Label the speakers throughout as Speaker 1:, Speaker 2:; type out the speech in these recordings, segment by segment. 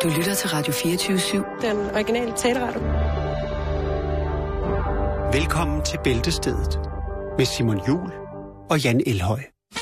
Speaker 1: Du lytter til Radio 24/7.
Speaker 2: Den originale taleradio.
Speaker 3: Velkommen til Bæltestedet med Simon Juhl og Jan Elhøj.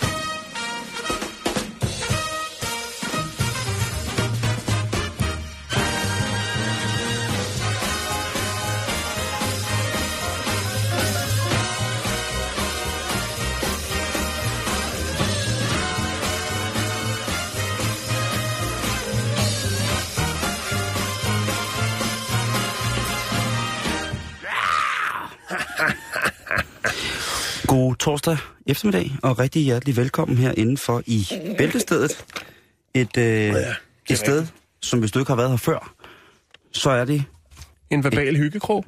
Speaker 4: God torsdag eftermiddag, og rigtig hjertelig velkommen her indenfor i Bæltestedet. Et sted, som hvis du ikke har været her før, så er det...
Speaker 5: En verbal hyggekrog.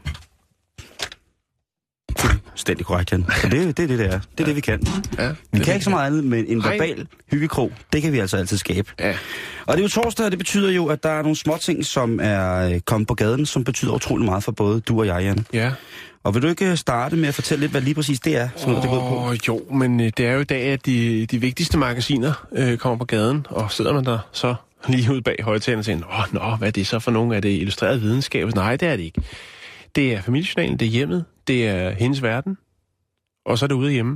Speaker 4: Fuldstændig korrekt, Jan. Det er det, det er. Det er det, vi kan. Ja, vi kan ikke så meget andet, men en verbal hyggekrog, det kan vi altså altid skabe. Ja. Og det er jo torsdag, og det betyder jo, at der er nogle småting, som er kommet på gaden, som betyder utrolig meget for både du og jeg, Jan. Ja. Og vil du ikke starte med at fortælle lidt, hvad lige præcis det er, som det går på?
Speaker 5: Jo, men det er jo i dag, at de vigtigste magasiner kommer på gaden, og sidder man der så lige ude bag højtaleren og siger, hvad er det så for nogen? Er det illustreret videnskab? Nej, det er det ikke. Det er familiejournalen, det er hjemmet, det er hendes verden, og så er det ude hjemme.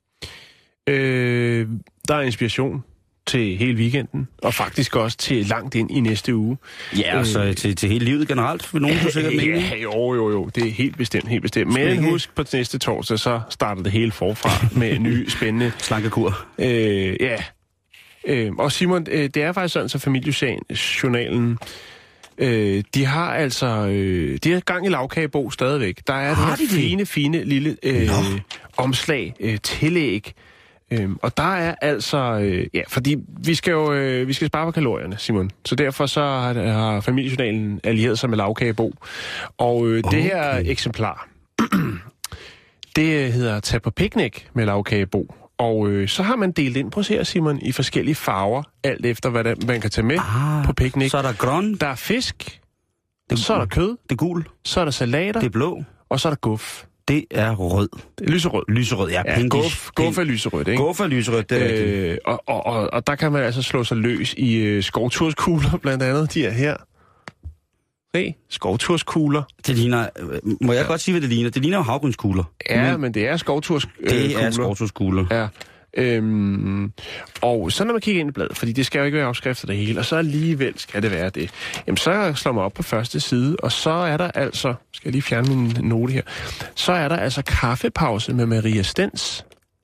Speaker 5: Der er inspiration til hele weekenden, og faktisk også til langt ind i næste uge.
Speaker 4: Ja, og så til hele livet generelt, vil nogen du sikkert mene?
Speaker 5: Ja, jo, det er helt bestemt. Men husk, på næste torsdag, så starter det hele forfra med en ny, spændende...
Speaker 4: Slankekur.
Speaker 5: Og Simon, det er faktisk sådan, så familiejournalen... de har altså... de har gang i lavkagebo stadigvæk. Der er det her fine lille omslag, tillæg. Og der er altså... fordi vi skal spare på kalorierne, Simon. Så derfor så har familiejournalen allieret sig med lavkagebo. Og det her eksemplar, det hedder Tag på picnic med lavkagebo. Og så har man delt ind på her, Simon, i forskellige farver, alt efter hvad man kan tage med på picnic.
Speaker 4: Så er der grøn.
Speaker 5: Der er fisk, så er der kød.
Speaker 4: Det er gul.
Speaker 5: Så er der salater.
Speaker 4: Det er blå.
Speaker 5: Og så er der guf.
Speaker 4: Det er rød.
Speaker 5: Det er lyserød.
Speaker 4: Lyserød, ja.
Speaker 5: Guf er lyserød, ikke?
Speaker 4: Guf er lyserød, det er
Speaker 5: og der kan man altså slå sig løs i skovturskugler, blandt andet. De er her. Se, skovturskugler.
Speaker 4: Det ligner... Må jeg godt sige, hvad det ligner? Det ligner jo havgrynskugler.
Speaker 5: Ja, men det er skovturskugler.
Speaker 4: Det er skovturskugler.
Speaker 5: Ja. Og så når man kigger ind i bladet, fordi det skal jo ikke være opskrifter det hele, og så alligevel skal det være det, jamen så slår man op på første side, og så er der altså, skal jeg lige fjerne min note her, så er der altså kaffepause med Maria Stens.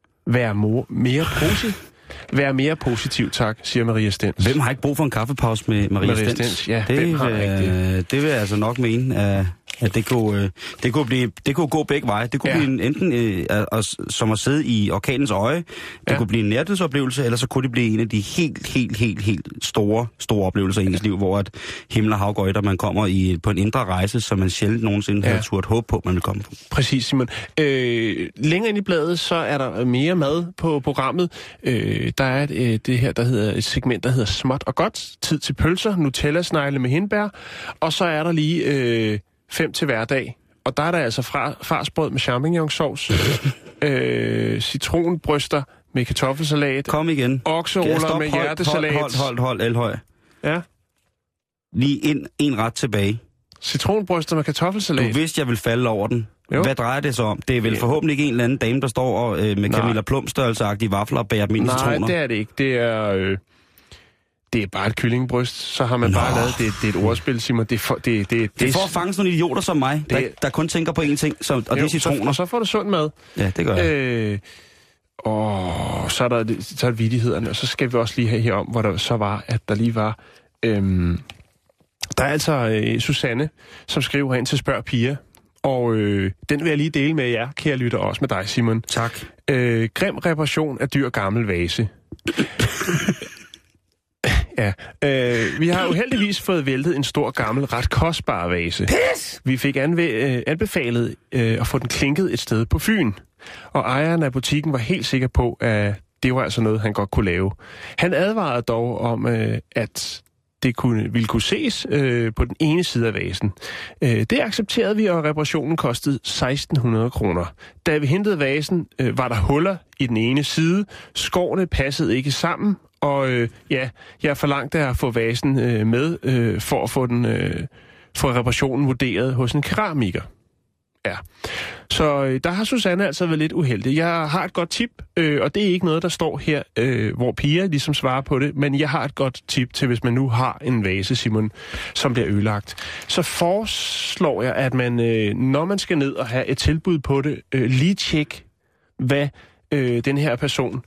Speaker 5: Vær mere positiv, tak, siger Maria Stens.
Speaker 4: Hvem har ikke brug for en kaffepause med Maria Stens?
Speaker 5: Ja,
Speaker 4: det vil jeg altså nok mene, at det kunne gå begge veje. Det kunne blive enten som at sidde i orkanens øje, det kunne blive en nærhedsoplevelse, eller så kunne det blive en af de helt store oplevelser i ens liv, hvor at himmel og hav går et, og man kommer på en indre rejse, som man sjældent nogensinde havde turt håbe på, man vil komme på.
Speaker 5: Præcis, Simon. Længere ind i bladet, så er der mere mad på programmet. Der er det her, der hedder et segment, der hedder Småt og Godt. Tid til pølser, Nutella-snegle med hindbær. Og så er der lige 5 til hverdag. Og der er der altså farsbrød med champignonsauce, citronbryster med kartoffelsalat.
Speaker 4: Kom igen.
Speaker 5: Okseruller med hjertesalat.
Speaker 4: Hold, Elhøj.
Speaker 5: Ja.
Speaker 4: Lige en ret tilbage.
Speaker 5: Citronbryster med kartoffelsalat.
Speaker 4: Du vidste, jeg ville falde over den. Jo. Hvad drejer det så om? Det er vel forhåbentlig ikke en eller anden dame, der står med Camilla Plum-størrelseagtige vafler og bærer dem ind i citroner?
Speaker 5: Nej, det er det ikke. Det er bare et kyllingebryst. Så har man bare lavet det er et ordspil, Simon. Det er for
Speaker 4: at fange sådan nogle idioter som mig, der kun tænker på én ting, og det er citroner.
Speaker 5: Og så får du sund mad.
Speaker 4: Ja, det gør jeg.
Speaker 5: Og så er der vittighederne, og så skal vi også lige have her om, hvor der så var, at der lige var... der er altså Susanne, som skriver ind til Spørg Pia, og den vil jeg lige dele med jer, kære lytter, også med dig, Simon.
Speaker 4: Tak.
Speaker 5: Grim reparation af dyr gammel vase. Ja, vi har uheldigvis fået væltet en stor gammel, ret kostbar vase.
Speaker 4: Pis!
Speaker 5: Vi fik anbefalet at få den klinket et sted på Fyn, og ejeren af butikken var helt sikker på, at det var altså noget, han godt kunne lave. Han advarede dog om, at det ville kunne ses på den ene side af vasen. Det accepterede vi, og reparationen kostede 1.600 kroner. Da vi hentede vasen, var der huller i den ene side. Skårene passede ikke sammen, og jeg forlangte at få vasen med for at få reparationen vurderet hos en keramiker. Ja. Så der har Susanne altså været lidt uheldig. Jeg har et godt tip, og det er ikke noget, der står her, hvor Pia ligesom svarer på det, men jeg har et godt tip til, hvis man nu har en vase, Simon, som bliver ødelagt. Så foreslår jeg, at man, når man skal ned og have et tilbud på det, lige tjek, hvad den her person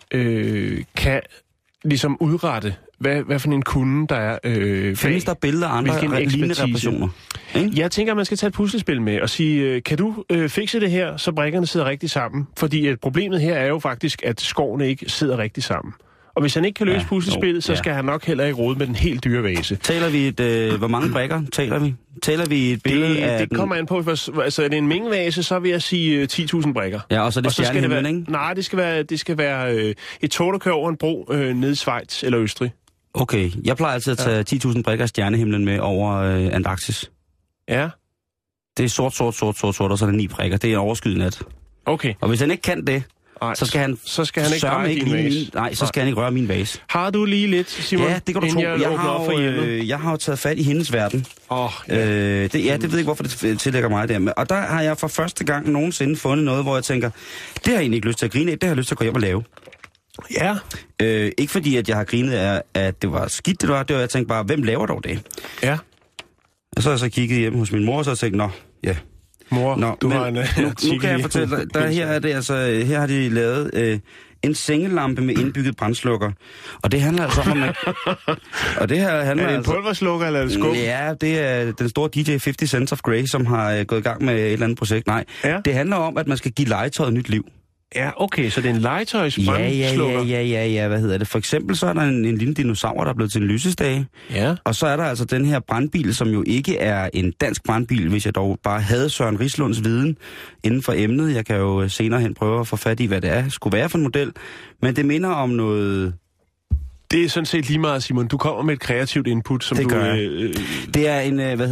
Speaker 5: kan ligesom udrette. Hvad for en kunde, der er
Speaker 4: findes der billeder af andre lignende reparationer?
Speaker 5: Jeg tænker, at man skal tage et puslespil med og sige, kan du fikse det her, så brikkerne sidder rigtig sammen? Fordi problemet her er jo faktisk, at skårene ikke sidder rigtig sammen. Og hvis han ikke kan løse puslespillet, så skal han nok heller ikke rode med den helt dyre vase.
Speaker 4: Taler vi hvor mange brikker taler vi? Taler vi et billede af...
Speaker 5: Det kommer an på, altså er det en Ming-vase, så vil jeg sige 10.000 brikker.
Speaker 4: Ja, og så det stjernehimlen, ikke?
Speaker 5: Nej, det skal være et tog, der kører over en bro nede i Schweiz eller Østrig.
Speaker 4: Okay, jeg plejer altid at tage 10.000 brikker af stjernehimlen med over Antarktis.
Speaker 5: Ja.
Speaker 4: Det er sort, og så er det 9 brikker. Det er en overskyet nat.
Speaker 5: Okay.
Speaker 4: Og hvis han ikke kan det, så skal han
Speaker 5: ikke røre din vase.
Speaker 4: Nej, så skal han ikke røre min vase.
Speaker 5: Har du lige lidt, Simon?
Speaker 4: Ja, det kan du tro. Jeg har jo taget fat i hendes verden. Det ved jeg ikke, hvorfor det tillægger mig der. Og der har jeg for første gang nogensinde fundet noget, hvor jeg tænker, det har jeg egentlig ikke lyst til at grine af, det har jeg lyst til at gå hjem og lave.
Speaker 5: Ja.
Speaker 4: Ikke fordi, at jeg har grinet af, at det var skidt, det var. Jeg tænkte bare, hvem laver dog det?
Speaker 5: Ja.
Speaker 4: Og så har jeg så kigget hjem hos min mor, og så tænkte
Speaker 5: mor, du har en
Speaker 4: nu kan jeg fortælle dig, her har de lavet en sengelampe med indbygget brandslukker. Og det handler altså om, og det her handler
Speaker 5: er det en pulverslukker, eller er det skub?
Speaker 4: Ja, det er den store DJ 50 Cents of Grey, som har gået i gang med et eller andet projekt. Nej, det handler om, at man skal give legetøjet nyt liv.
Speaker 5: Ja, okay, så det er en legetøjsbrandslukker.
Speaker 4: Ja, hvad hedder det? For eksempel så er der en lille dinosaur, der er blevet til en lysestage.
Speaker 5: Ja.
Speaker 4: Og så er der altså den her brandbil, som jo ikke er en dansk brandbil, hvis jeg dog bare havde Søren Rislunds viden inden for emnet. Jeg kan jo senere hen prøve at få fat i, hvad det skulle være for en model. Men det minder om noget...
Speaker 5: Det er sådan set lige meget, Simon. Du kommer med et kreativt input, som
Speaker 4: det
Speaker 5: du...
Speaker 4: Det er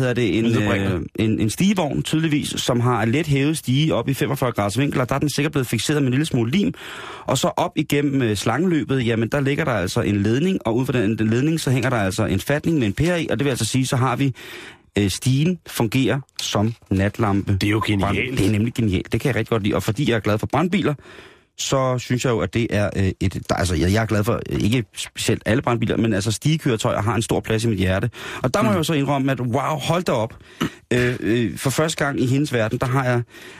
Speaker 4: en stigevogn, tydeligvis, som har en let hævet stige op i 45 graders vinkel, og der er den sikkert blevet fikseret med en lille smule lim. Og så op igennem slangeløbet, jamen der ligger der altså en ledning, og ud fra den ledning, så hænger der altså en fatning med en pære i, og det vil altså sige, så har vi stigen fungerer som natlampe.
Speaker 5: Det er jo genialt.
Speaker 4: Det er nemlig genialt. Det kan jeg rigtig godt lide, og fordi jeg er glad for brandbiler, så synes jeg jo, at det er jeg er glad for, ikke specielt alle brandbiler, men altså stigekøretøjer har en stor plads i mit hjerte. Og der må jeg jo så indrømme, at wow, hold da op. For første gang i hendes verden, der har jeg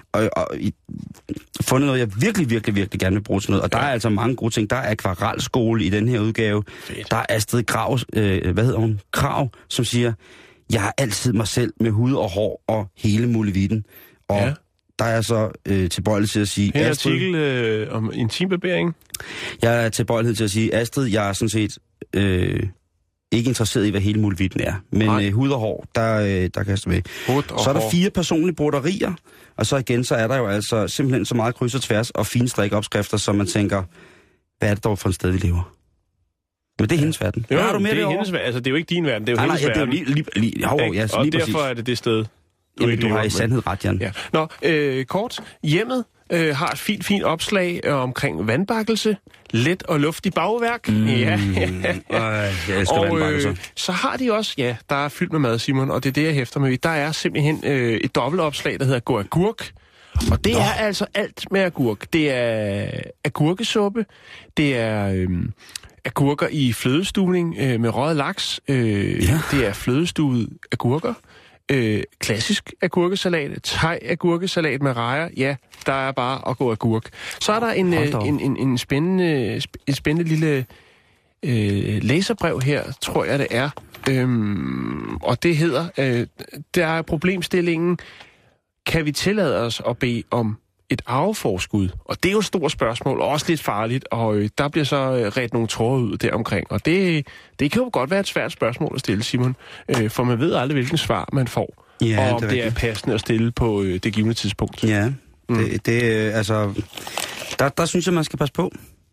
Speaker 4: fundet noget, jeg virkelig, virkelig, virkelig gerne vil bruge til noget. Og der er altså mange gode ting. Der er akvarelskole i den her udgave. Fedt. Der er Astrid Krav, som siger, jeg har altid mig selv med hud og hår og hele muligheden. Og der er så tilbøjelig til at sige...
Speaker 5: En artikel om intimbarbering.
Speaker 4: Jeg er tilbøjelig til at sige, Astrid, jeg er sådan set ikke interesseret i, hvad hele muligheden er. Men hud og hår, der kan jeg stå med. Så er der 4 personlige broderier, og så igen, så er der jo altså simpelthen så meget kryds og tværs og fine strikopskrifter, som man tænker, hvad er det dog for et sted, vi lever? Men det er hendes verden.
Speaker 5: Jo, har du med det er hendes verden. Altså, det er jo ikke din verden, det er jo hendes verden.
Speaker 4: Det er jo
Speaker 5: og derfor er det sted...
Speaker 4: Du har i sandhed ret, Jan.
Speaker 5: Ja. Nå, kort. Hjemmet har et fint opslag omkring vandbakkelse. Let og luftig bagværk.
Speaker 4: Jeg elsker vandbakkelser.
Speaker 5: Så har de også, der er fyldt med mad, Simon, og det er det, jeg hæfter med. Der er simpelthen et dobbeltopslag, der hedder Gå Agurk. Og det er altså alt med agurk. Det er agurkesuppe, det er... agurker i flødestuning med røget laks. Det er flødestuede agurker. Klassisk agurkesalat, thai-agurkesalat med rejer. Ja, der er bare at gå agurk. Så er der en spændende lille læserbrev her, tror jeg det er. Og det hedder, der er problemstillingen, kan vi tillade os at bede om et arveforskud? Og det er jo et stort spørgsmål, og også lidt farligt, og der bliver så redt nogle tråde ud deromkring. Og det kan jo godt være et svært spørgsmål at stille, Simon, for man ved aldrig, hvilken svar man får, og om det er passende at stille på det givne tidspunkt.
Speaker 4: Ja, der synes jeg, man skal passe på.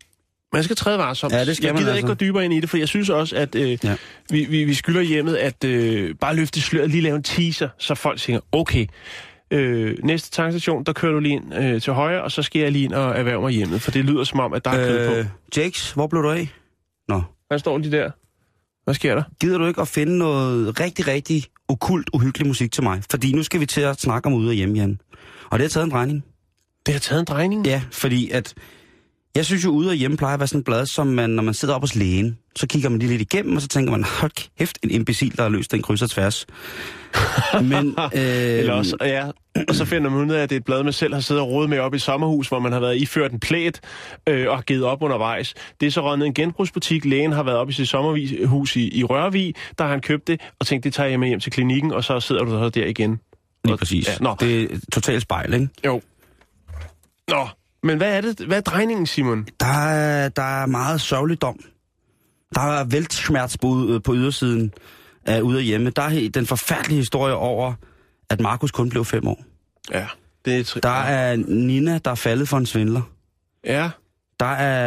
Speaker 5: Man skal træde varsomt.
Speaker 4: Ja, det skal
Speaker 5: jeg gider
Speaker 4: man
Speaker 5: ikke gå dybere ind i det, for jeg synes også, at vi skylder hjemmet at bare løfte sløret, lige lave en teaser, så folk tænker, okay, næste tankstation, der kører du lige ind til højre, og så skal jeg lige ind og erhverve mig hjemmet, for det lyder som om, at der er kød på.
Speaker 4: Jakes, hvor blev du af? Nå.
Speaker 5: Hvad står de der? Hvad sker der?
Speaker 4: Gider du ikke at finde noget rigtig, rigtig okkult, uhyggelig musik til mig? Fordi nu skal vi til at snakke om ude og hjemme, Jan. Og det har taget en drejning.
Speaker 5: Det har taget en drejning?
Speaker 4: Ja, fordi at... Jeg synes jo, ude og hjemme plejer at være sådan et blad, som man, når man sidder op hos lægen, så kigger man lige lidt igennem, og så tænker man, hold kæft, en imbecil, der har løst den kryds og tværs. Men,
Speaker 5: eller også, og så finder man ud af, at det er et blad, man selv har siddet og rodet med op i sommerhus, hvor man har været iført en plæt og har givet op undervejs. Det er så røget ned i en genbrugsbutik. Lægen har været op i sit sommerhus i Rørvig, der har han købt det, og tænkt, det tager jeg med hjem til klinikken, og så sidder du der igen.
Speaker 4: Lige præcis. Ja, det er totalt spejl, ikke?
Speaker 5: Jo. Nå. Men hvad er det? Hvad er drejningen, Simon?
Speaker 4: Der er meget sørgeligdom. Der er væltsmerts på ydersiden af ude og hjemme. Der er den forfærdelige historie over, at Markus kun blev 5 år.
Speaker 5: Ja. Det er
Speaker 4: der er Nina, der er faldet for en svindler.
Speaker 5: Ja.
Speaker 4: Der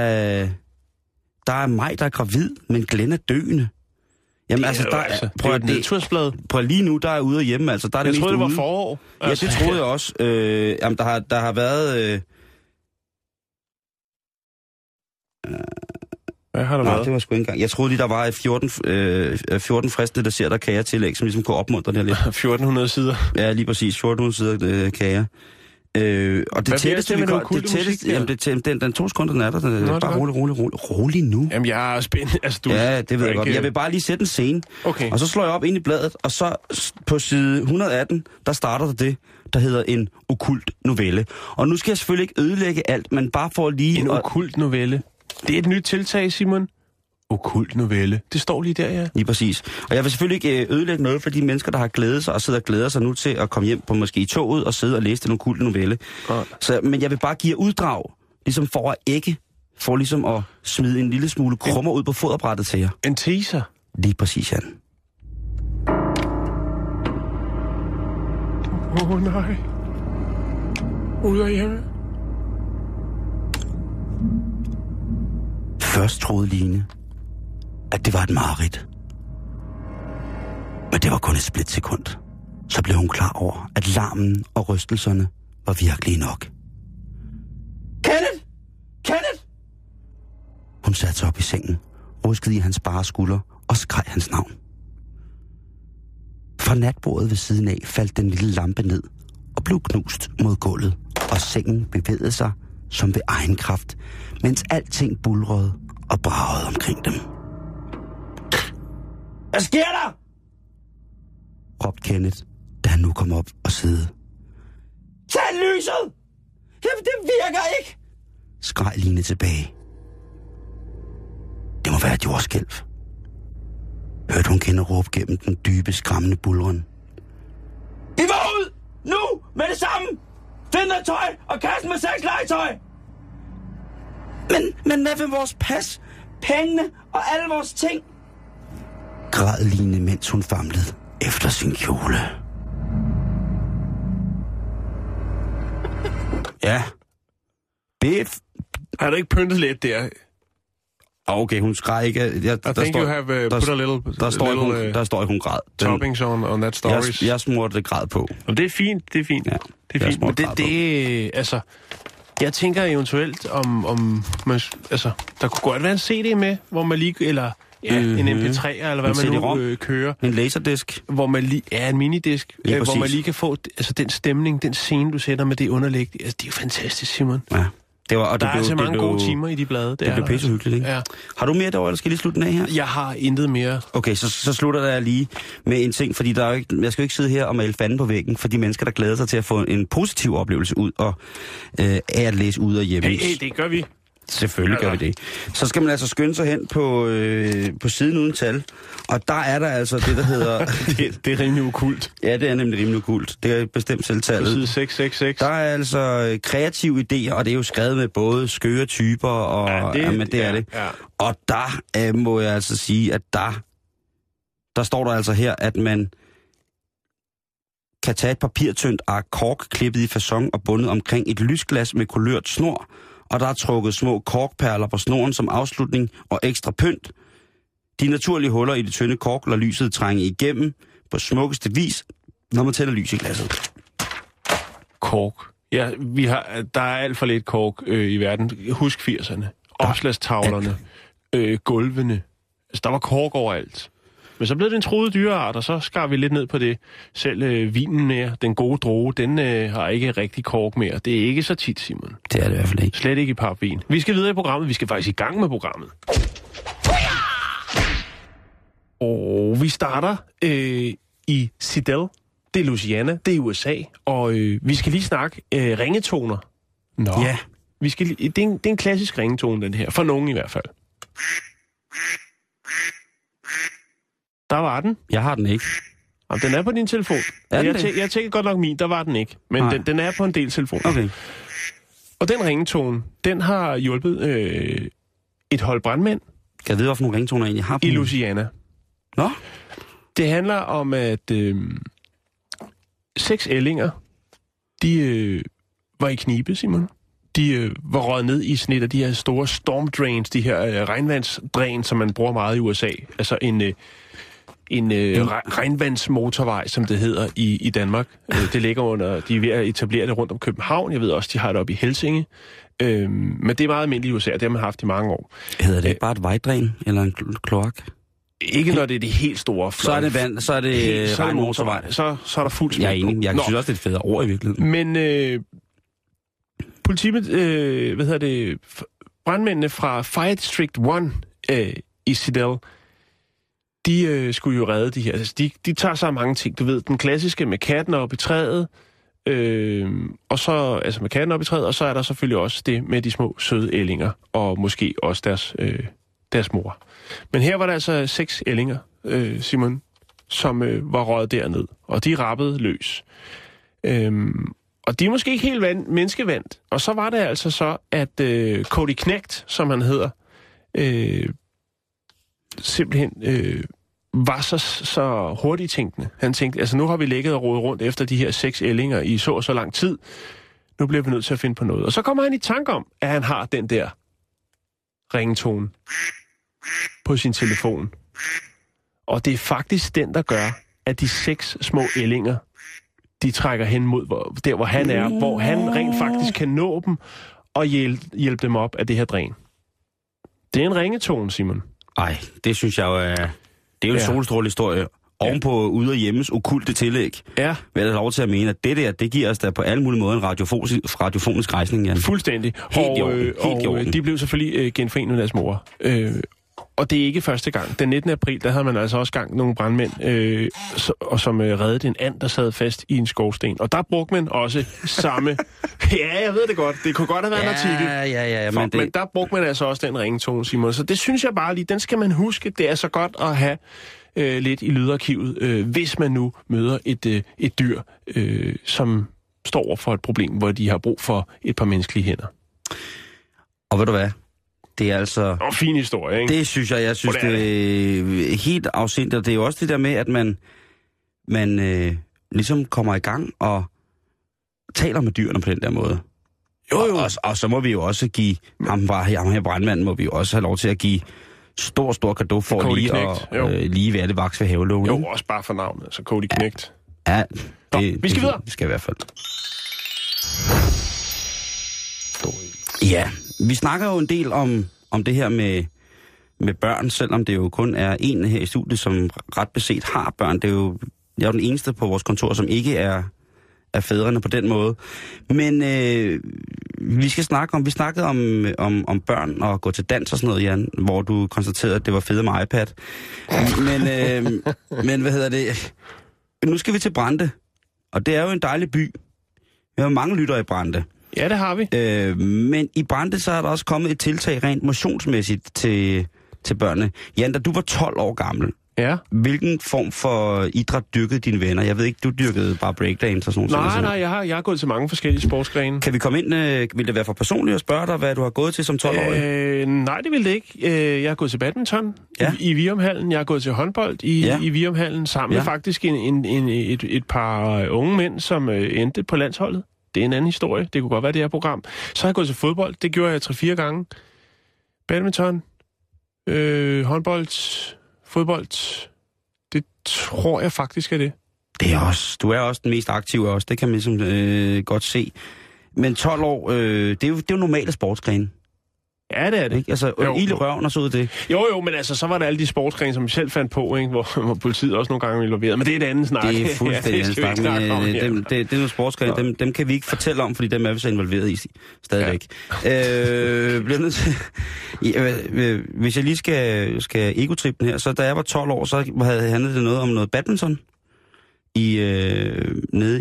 Speaker 4: er mig, der er gravid, men Glenn er døende. Jamen
Speaker 5: det er
Speaker 4: prøv lige nu, der er ude og hjemme. Altså, der er
Speaker 5: jeg troede, det var forår.
Speaker 4: Ja, det troede jeg også. Jamen, der har været...
Speaker 5: Hvad har der været?
Speaker 4: Det var sgu ikke engang. Jeg troede lige, der var 14 fristende desserter kager-tillæg, som ligesom kunne opmuntre det her lidt.
Speaker 5: 1400 sider?
Speaker 4: Ja, lige præcis. 1400 sider kager. Og det tætteste, vi kom... Den 2 sekunder, den er der. Den er bare rolig nu.
Speaker 5: Jamen, jeg er spændt. Altså,
Speaker 4: ja, det ved jeg godt. Jeg vil bare lige sætte en scene.
Speaker 5: Okay.
Speaker 4: Og så slår jeg op ind i bladet, og så på side 118, der starter det, der hedder en okkult novelle. Og nu skal jeg selvfølgelig ikke ødelægge alt, men bare for lige...
Speaker 5: En okkult novelle? Det er et nyt tiltag, Simon. Okkult novelle. Det står lige der, ja.
Speaker 4: Lige præcis. Og jeg vil selvfølgelig ikke ødelægge noget for de mennesker, der har glædet sig og sidder og glæder sig nu til at komme hjem på måske i toget og sidde og læse den okkulte novelle. Ja. Men jeg vil bare give uddrag, ligesom for at ikke, for ligesom at smide en lille smule krummer ud på foderbrættet til jer.
Speaker 5: En teaser?
Speaker 4: Lige præcis, Jan.
Speaker 5: Nej. Ude og hjemme.
Speaker 4: Først troede Line, at det var et mareridt. Men det var kun et splitsekund. Så blev hun klar over, at larmen og rystelserne var virkelig nok. Kenneth! Hun satte sig op i sengen, ruskede i hans bare skulder og skreg hans navn. Fra natbordet ved siden af faldt den lille lampe ned og blev knust mod gulvet, og sengen bevægede sig som ved egen kraft, mens alting bulrede og bragede omkring dem. Hvad sker der? Råbte Kenneth, da han nu kom op og sidde. Tag lyset! Jamen, det virker ikke! Skreg Line tilbage. Det må være et jordskælv. Hørte hun Kenneth råbe gennem den dybe, skræmmende bulren. I var ud! Nu! Med det samme! Find noget tøj og kast med 6 legetøj! Men hvad med vores pas, pengene og alle vores ting? Græd Line, mens hun famlede efter sin kjole. Ja. Biff.
Speaker 5: Har du ikke pyntet lidt der?
Speaker 4: Okay, hun skreg ikke. Der står ikke, hun græd.
Speaker 5: Toppings on that stories.
Speaker 4: Jeg smurte græd på.
Speaker 5: Og det er fint, Ja, det er fint. Men det altså... Jeg tænker eventuelt om man, altså, der kunne godt være en CD med, hvor man lige, eller en MP3, eller hvad man nu kører.
Speaker 4: En laserdisk.
Speaker 5: Hvor man lige, en minidisk, hvor man lige kan få, altså den stemning, den scene, du sætter med det underlæg. Altså, det er jo fantastisk, Simon.
Speaker 4: Ja. Der
Speaker 5: er altså mange gode timer i de blade.
Speaker 4: Det bliver pisse hyggeligt, ikke?
Speaker 5: Ja.
Speaker 4: Har du mere derovre, eller skal jeg lige slutte den af her?
Speaker 5: Jeg har intet mere.
Speaker 4: Okay, så slutter jeg lige med en ting, fordi der er ikke, jeg skal jo ikke sidde her og male fanden på væggen, for de mennesker, der glæder sig til at få en positiv oplevelse ud og af at læse ud og hjemme.
Speaker 5: Hey, det gør vi.
Speaker 4: Selvfølgelig gør vi det. Så skal man altså skynde sig hen på siden uden tal, og der er der altså det, der hedder...
Speaker 5: det er rimelig okkult.
Speaker 4: Ja, det er nemlig rimelig okkult. Det er bestemt selvtallet.
Speaker 5: På side 666.
Speaker 4: Der er altså kreative idéer, og det er jo skrevet med både skøre typer, og det er det. Ja. Og der må jeg altså sige, at der står der altså her, at man kan tage et papirtyndt ark kork, klippet i facon og bundet omkring et lysglas med kulørt snor, og der er trukket små korkperler på snoren som afslutning og ekstra pynt. De naturlige huller i det tynde kork lader lyset trænge igennem på smukkeste vis, når man tænder lys i glasset.
Speaker 5: Kork. Ja, der er alt for lidt kork i verden. Husk 80'erne. Opslagstavlerne. Gulvene. Altså, der var kork overalt. Men så blev det en truet dyreart, og så skar vi lidt ned på det. Selv vinen mere, den gode droge, den har ikke rigtig kork mere. Det er ikke så tit, Simon.
Speaker 4: Det er det i hvert fald ikke.
Speaker 5: Slet ikke i papvin. Vi skal videre i programmet. Vi skal faktisk i gang med programmet. Og vi starter i Seattle. Det er Louisiana, det er USA. Og vi skal lige snakke ringetoner. Nå.
Speaker 4: Ja.
Speaker 5: Det er en klassisk ringetone, den her. For nogen i hvert fald. Der var den.
Speaker 4: Jeg har den ikke.
Speaker 5: Jamen, den er på din telefon. Jeg tænker godt nok min, der var den ikke. Men den er på en del telefoner.
Speaker 4: Okay.
Speaker 5: Og den ringetone, den har hjulpet et hold brandmænd.
Speaker 4: Kan jeg vide, hvorfor nogle ringetoner egentlig har på
Speaker 5: i Louisiana.
Speaker 4: Nå?
Speaker 5: Det handler om, at 6 ællinger, de var i knibe, Simon. De var røget ned i sådan et af de her store storm drains, de her regnvandsdræn, som man bruger meget i USA. Altså en regnvandsmotorvej, som det hedder i Danmark. Det ligger under, de er ved at etablere det rundt om København. Jeg ved også, de har det oppe i Helsinge. Men det er meget almindeligt i USA, det har man haft i mange år.
Speaker 4: Hedder det bare et vejdræn eller en kloak?
Speaker 5: Ikke når det er det helt store.
Speaker 4: Så er det vand, så er det regnmotorvej.
Speaker 5: Så er der fuld smæk.
Speaker 4: Jeg er enig. Jeg synes også, det er et federe ord i virkeligheden.
Speaker 5: Men brandmændene fra Fire District 1 i Seattle, de skulle jo redde de her. Altså, de tager sig af mange ting. Du ved, den klassiske med katten oppe i træet, og så, altså med katten oppe i træet, og så er der selvfølgelig også det med de små søde ællinger, og måske også deres mor. Men her var der altså 6 ællinger, Simon, som var røget derned, og de rappede løs. Og de er måske ikke helt menneskevandt. Og så var det altså så, at Cody Knecht, som han hedder, simpelthen var så hurtigt tænkende. Han tænkte, altså nu har vi ligget og rodet rundt efter de her 6 ællinger i så lang tid. Nu bliver vi nødt til at finde på noget. Og så kommer han i tanke om, at han har den der ringetone på sin telefon. Og det er faktisk den, der gør, at de 6 små ællinger, de trækker hen mod der, hvor han er, hvor han rent faktisk kan nå dem og hjælpe dem op af det her dræn. Det er en ringetone, Simon.
Speaker 4: Ej, det synes jeg jo er... Det er jo en solstrålehistorie. Ovenpå ude af hjemmes okulte tillæg.
Speaker 5: Ja.
Speaker 4: Vil jeg lov til at mene, at det giver os da på alle mulige måder en radiofonisk rejsning, Jan.
Speaker 5: Fuldstændig. Helt i orden. De blev selvfølgelig genforenet med deres mor. Og det er ikke første gang. Den 19. april, der havde man altså også gang nogle brandmænd, som reddede en and, der sad fast i en skorsten. Og der brugte man også samme... Ja, jeg ved det godt. Det kunne godt have været en artikel.
Speaker 4: Ja.
Speaker 5: Men der brugte man altså også den ringetone, Simon. Så det synes jeg bare lige, den skal man huske. Det er så godt at have lidt i lydarkivet, hvis man nu møder et dyr, som står over for et problem, hvor de har brug for et par menneskelige hænder.
Speaker 4: Og ved du hvad? Det er altså...
Speaker 5: Og fin historie, ikke?
Speaker 4: Det synes jeg. Jeg synes, det er helt afsindigt. Det er jo også det der med, at man ligesom kommer i gang og taler med dyrene på den der måde. Jo. Og så må vi jo også give ham her brandmanden, må vi jo også have lov til at give stor cadeau for lige være det vaks ved havelågen.
Speaker 5: Jo, også bare for navnet. Altså Cody Knecht.
Speaker 4: Ja.
Speaker 5: Vi skal videre.
Speaker 4: Vi skal i hvert fald. Ja, vi snakker jo en del om det her med børn, selvom det jo kun er en her i studiet, som ret beset har børn. Jeg er jo den eneste på vores kontor, som ikke er fædrene på den måde. Men vi snakkede om børn og gå til dans og sådan noget, Jan, hvor du konstaterede, at det var fedt med iPad. Men hvad hedder det? Nu skal vi til Brande, og det er jo en dejlig by. Vi har mange lyttere i Brande.
Speaker 5: Ja, det har vi.
Speaker 4: Men i Brande, så er der også kommet et tiltag rent motionsmæssigt til børnene. Jan, da du var 12 år gammel, hvilken form for idræt dyrkede dine venner? Jeg ved ikke, du dyrkede bare breakdance og sådan noget.
Speaker 5: Nej, jeg har gået til mange forskellige sportsgrene.
Speaker 4: Kan vi komme ind? Vil det være for personligt at spørge dig, hvad du har gået til som 12-årig?
Speaker 5: Nej, det vil det ikke. Jeg har gået til badminton i Viumhallen. Jeg har gået til håndbold i Viumhallen sammen med faktisk et par unge mænd, som endte på landsholdet. det er en anden historie. Det kunne godt være det her program. Så har jeg gået til fodbold. Det gjorde jeg 3-4 gange. Badminton, håndbold, fodbold. Det tror jeg faktisk er det.
Speaker 4: Du er også den mest aktive af os. Det kan man ligesom godt se. Men 12 år, det er jo normale sportsgrene.
Speaker 5: Ja, det er det.
Speaker 4: Ikke? Altså, ild i røven og så ud det.
Speaker 5: Jo, men altså, så var der alle de sportsgrene, som vi selv fandt på, ikke? Hvor politiet også nogle gange var involveret. Men det er et andet snak.
Speaker 4: Det er fuldstændig andet snak. Det er nogle sportsgrene, dem kan vi ikke fortælle om, fordi dem er vi så involveret i stadigvæk. Ja. Hvis jeg lige skal egotrippe den her, så da jeg var 12 år, så handlede det noget om noget badminton. Nede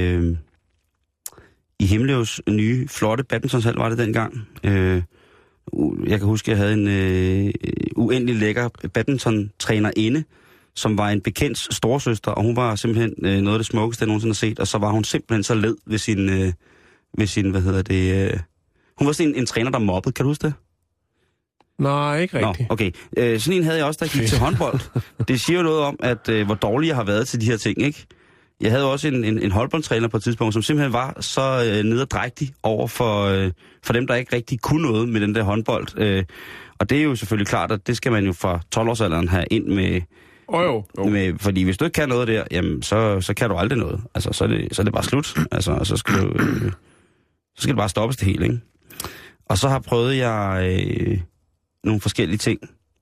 Speaker 4: i Himmeløvs nye, flotte badmintonshal var det dengang. Jeg kan huske, at jeg havde en uendelig lækker badmintontrænerinde, som var en bekendt storesøster, og hun var simpelthen noget af det smukkeste, jeg nogensinde har set, og så var hun simpelthen så led ved sin hun var sådan en træner, der mobbede. Kan du huske det?
Speaker 5: Nej, ikke rigtigt.
Speaker 4: Nå, okay. Sådan en havde jeg også, der gik til håndbold. Det siger jo noget om, at hvor dårlig jeg har været til de her ting, ikke? Jeg havde også en håndboldtræner på et tidspunkt, som simpelthen var så nederdrægtig over for dem, der ikke rigtig kunne noget med den der håndbold. Og det er jo selvfølgelig klart, at det skal man jo fra 12-årsalderen have ind med.
Speaker 5: Jo.
Speaker 4: Med, fordi hvis du ikke kan noget der, jamen så kan du aldrig noget. Altså, så er det bare slut. Altså, og så skal det bare stoppes det hele, ikke? Og så prøvede jeg nogle forskellige ting,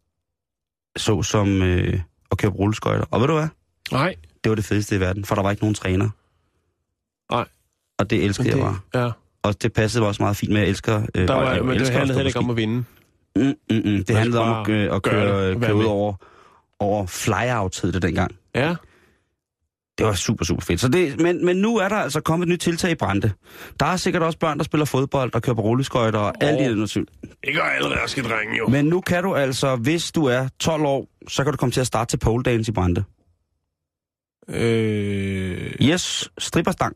Speaker 4: såsom at køre rulleskøjter. Og ved du hvad?
Speaker 5: Nej.
Speaker 4: Det var det fedeste i verden, for der var ikke nogen træner.
Speaker 5: Nej.
Speaker 4: Og det elskede jeg bare.
Speaker 5: Ja.
Speaker 4: Og det passede også meget fint med, at jeg elsker.
Speaker 5: Men det handlede heller ikke om at vinde.
Speaker 4: Det handlede om at køre ud over flyout, hed det dengang.
Speaker 5: Ja.
Speaker 4: Det var super, super fedt. Så men nu er der altså kommet et nyt tiltag i Brande. Der er sikkert også børn, der spiller fodbold, der kører på rulleskøjter og alt det der.
Speaker 5: Ikke alle raske drenge, jo.
Speaker 4: Men nu kan du altså, hvis du er 12 år, så kan du komme til at starte til pole dance i Brande. Yes, stripperstang.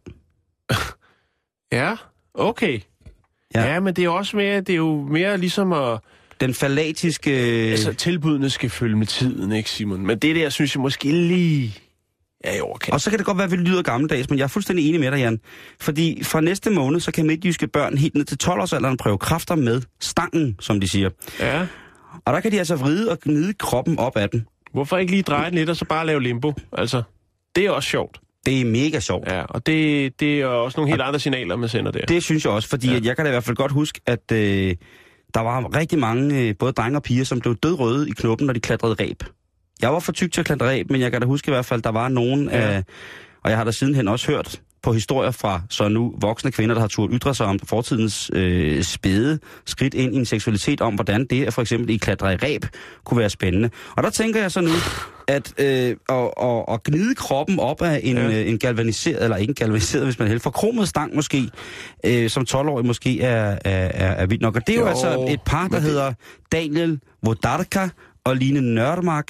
Speaker 5: Ja, okay. Ja, men det er jo mere ligesom at...
Speaker 4: Den falatiske...
Speaker 5: Altså, tilbudene skal følge med tiden, ikke, Simon? Men det der, synes jeg måske lige... Ja, i overkant.
Speaker 4: Og så kan det godt være, at vi lyder gammeldags, men jeg er fuldstændig enig med dig, Jan. Fordi fra næste måned, så kan midtjyske børn helt ned til 12-årsalderen prøve kræfter med stangen, som de siger.
Speaker 5: Ja.
Speaker 4: Og der kan de altså vride og gnide kroppen op af den.
Speaker 5: Hvorfor ikke lige dreje den lidt, og så bare lave limbo? Altså, det er også sjovt.
Speaker 4: Det er mega sjovt.
Speaker 5: Ja, og det er også nogle helt andre signaler, man sender der.
Speaker 4: Det synes jeg også, fordi at jeg kan da i hvert fald godt huske, at der var rigtig mange, både drenge og piger, som blev dødrøde i knoppen, når de klatrede reb. Jeg var for tyk til at klatre reb, men jeg kan da huske i hvert fald, der var nogen af... Og jeg har da sidenhen også hørt på historier fra så nu voksne kvinder, der har turde ytre sig om fortidens spæde skridt ind i en seksualitet, om hvordan det for eksempel i klatre i reb kunne være spændende. Og der tænker jeg så nu, at at gnide kroppen op af en galvaniseret, eller ikke galvaniseret, hvis man helst forkromet stang måske, som 12-årig måske er vildt nok. Og det er jo altså et par, der hedder Daniel Włodarka og Line Nørmark.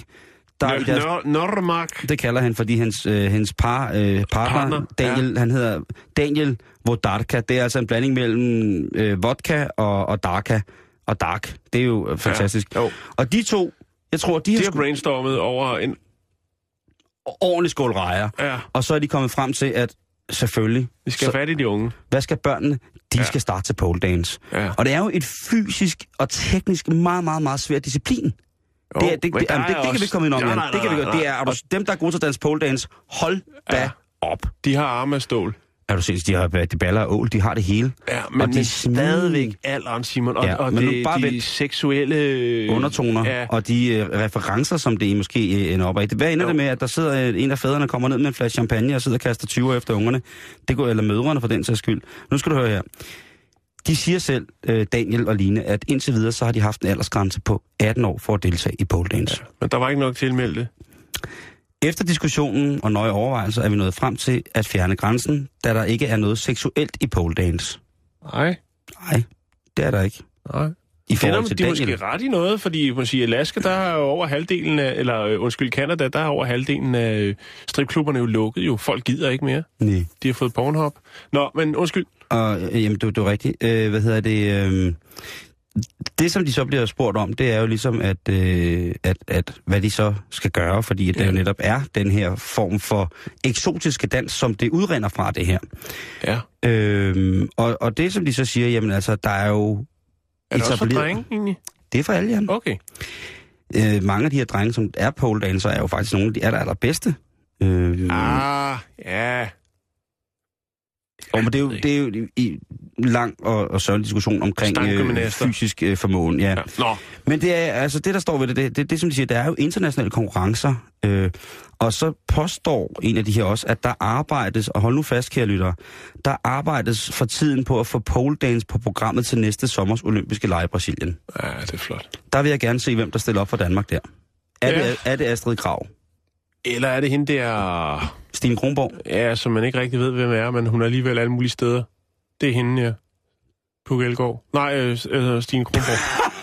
Speaker 5: Nørmark.
Speaker 4: Det kalder han, fordi hans partner Daniel, han hedder Daniel Włodarka. Det er altså en blanding mellem vodka og darka. Og dark. Det er jo fantastisk.
Speaker 5: Jo.
Speaker 4: Og de to, jeg tror, de har
Speaker 5: brainstormet over en
Speaker 4: ordentlig skål rejer.
Speaker 5: Ja.
Speaker 4: Og så er de kommet frem til, at selvfølgelig...
Speaker 5: Vi skal have fat i de unge.
Speaker 4: Hvad skal børnene? De skal starte til pole dance. Ja. Og det er jo et fysisk og teknisk meget, meget, meget svært disciplin. Det kan vi komme ind om, Jan. Det er dem, der er gode til at danse pole dance. Hold da op.
Speaker 5: De har arme af stål.
Speaker 4: Er du set, de har de baller af ål, de har det hele.
Speaker 5: Ja, men og de er stadigvæk alderen, Simon. Og de seksuelle...
Speaker 4: undertoner, og de referencer, som det måske ender op af. Hvad ender det med, at der sidder en af fædrene, kommer ned med en flaske champagne og sidder og kaster 20 efter ungerne? Det går, eller mødrene for den sags skyld. Nu skal du høre her. De siger selv, Daniel og Line, at indtil videre, så har de haft en aldersgrænse på 18 år for at deltage i pole dance.
Speaker 5: Ja, men der var ikke nok tilmeldte.
Speaker 4: Efter diskussionen og nøje overvejelser er vi nået frem til at fjerne grænsen, da der ikke er noget seksuelt i pole dance.
Speaker 5: Nej,
Speaker 4: det er der ikke.
Speaker 5: Nej.
Speaker 4: I forhold til
Speaker 5: de måske ret i noget, fordi man siger, Alaska, der er over halvdelen af, Canada, der er over halvdelen af stripklubberne jo lukket jo. Folk gider ikke mere.
Speaker 4: Nej.
Speaker 5: De har fået Pornhub. Nå, men undskyld.
Speaker 4: Og, jamen, du er rigtigt. Det, som de så bliver spurgt om, det er jo ligesom, at hvad de så skal gøre, fordi det jo netop er den her form for eksotiske dans, som det udrender fra det her.
Speaker 5: Ja.
Speaker 4: Og det, som de så siger, jamen altså, der er jo...
Speaker 5: Er det også for drenge, egentlig?
Speaker 4: Det er for alle, Jan.
Speaker 5: Okay.
Speaker 4: Mange af de her drenge, som er poledancer, er jo faktisk nogle af de allerbedste.
Speaker 5: Ja.
Speaker 4: Men det er jo en lang og sørgelig diskussion omkring fysisk formåen. Ja.
Speaker 5: Nå.
Speaker 4: Men det er altså det, der står ved det som de siger, der er jo internationale konkurrencer. Og så påstår en af de her også, at der arbejdes, og hold nu fast, kære lyttere, der arbejdes for tiden på at få poledance på programmet til næste sommers olympiske lege i Brasilien.
Speaker 5: Ja, det er flot.
Speaker 4: Der vil jeg gerne se, hvem der stiller op for Danmark der. Er det Astrid Krag?
Speaker 5: Eller er det hende der...
Speaker 4: Stine Kronborg?
Speaker 5: Ja, som man ikke rigtig ved, hvem er, men hun er alligevel alle mulige steder. Det er hende, ja. Puk Elgård. Nej, Stine Kronborg.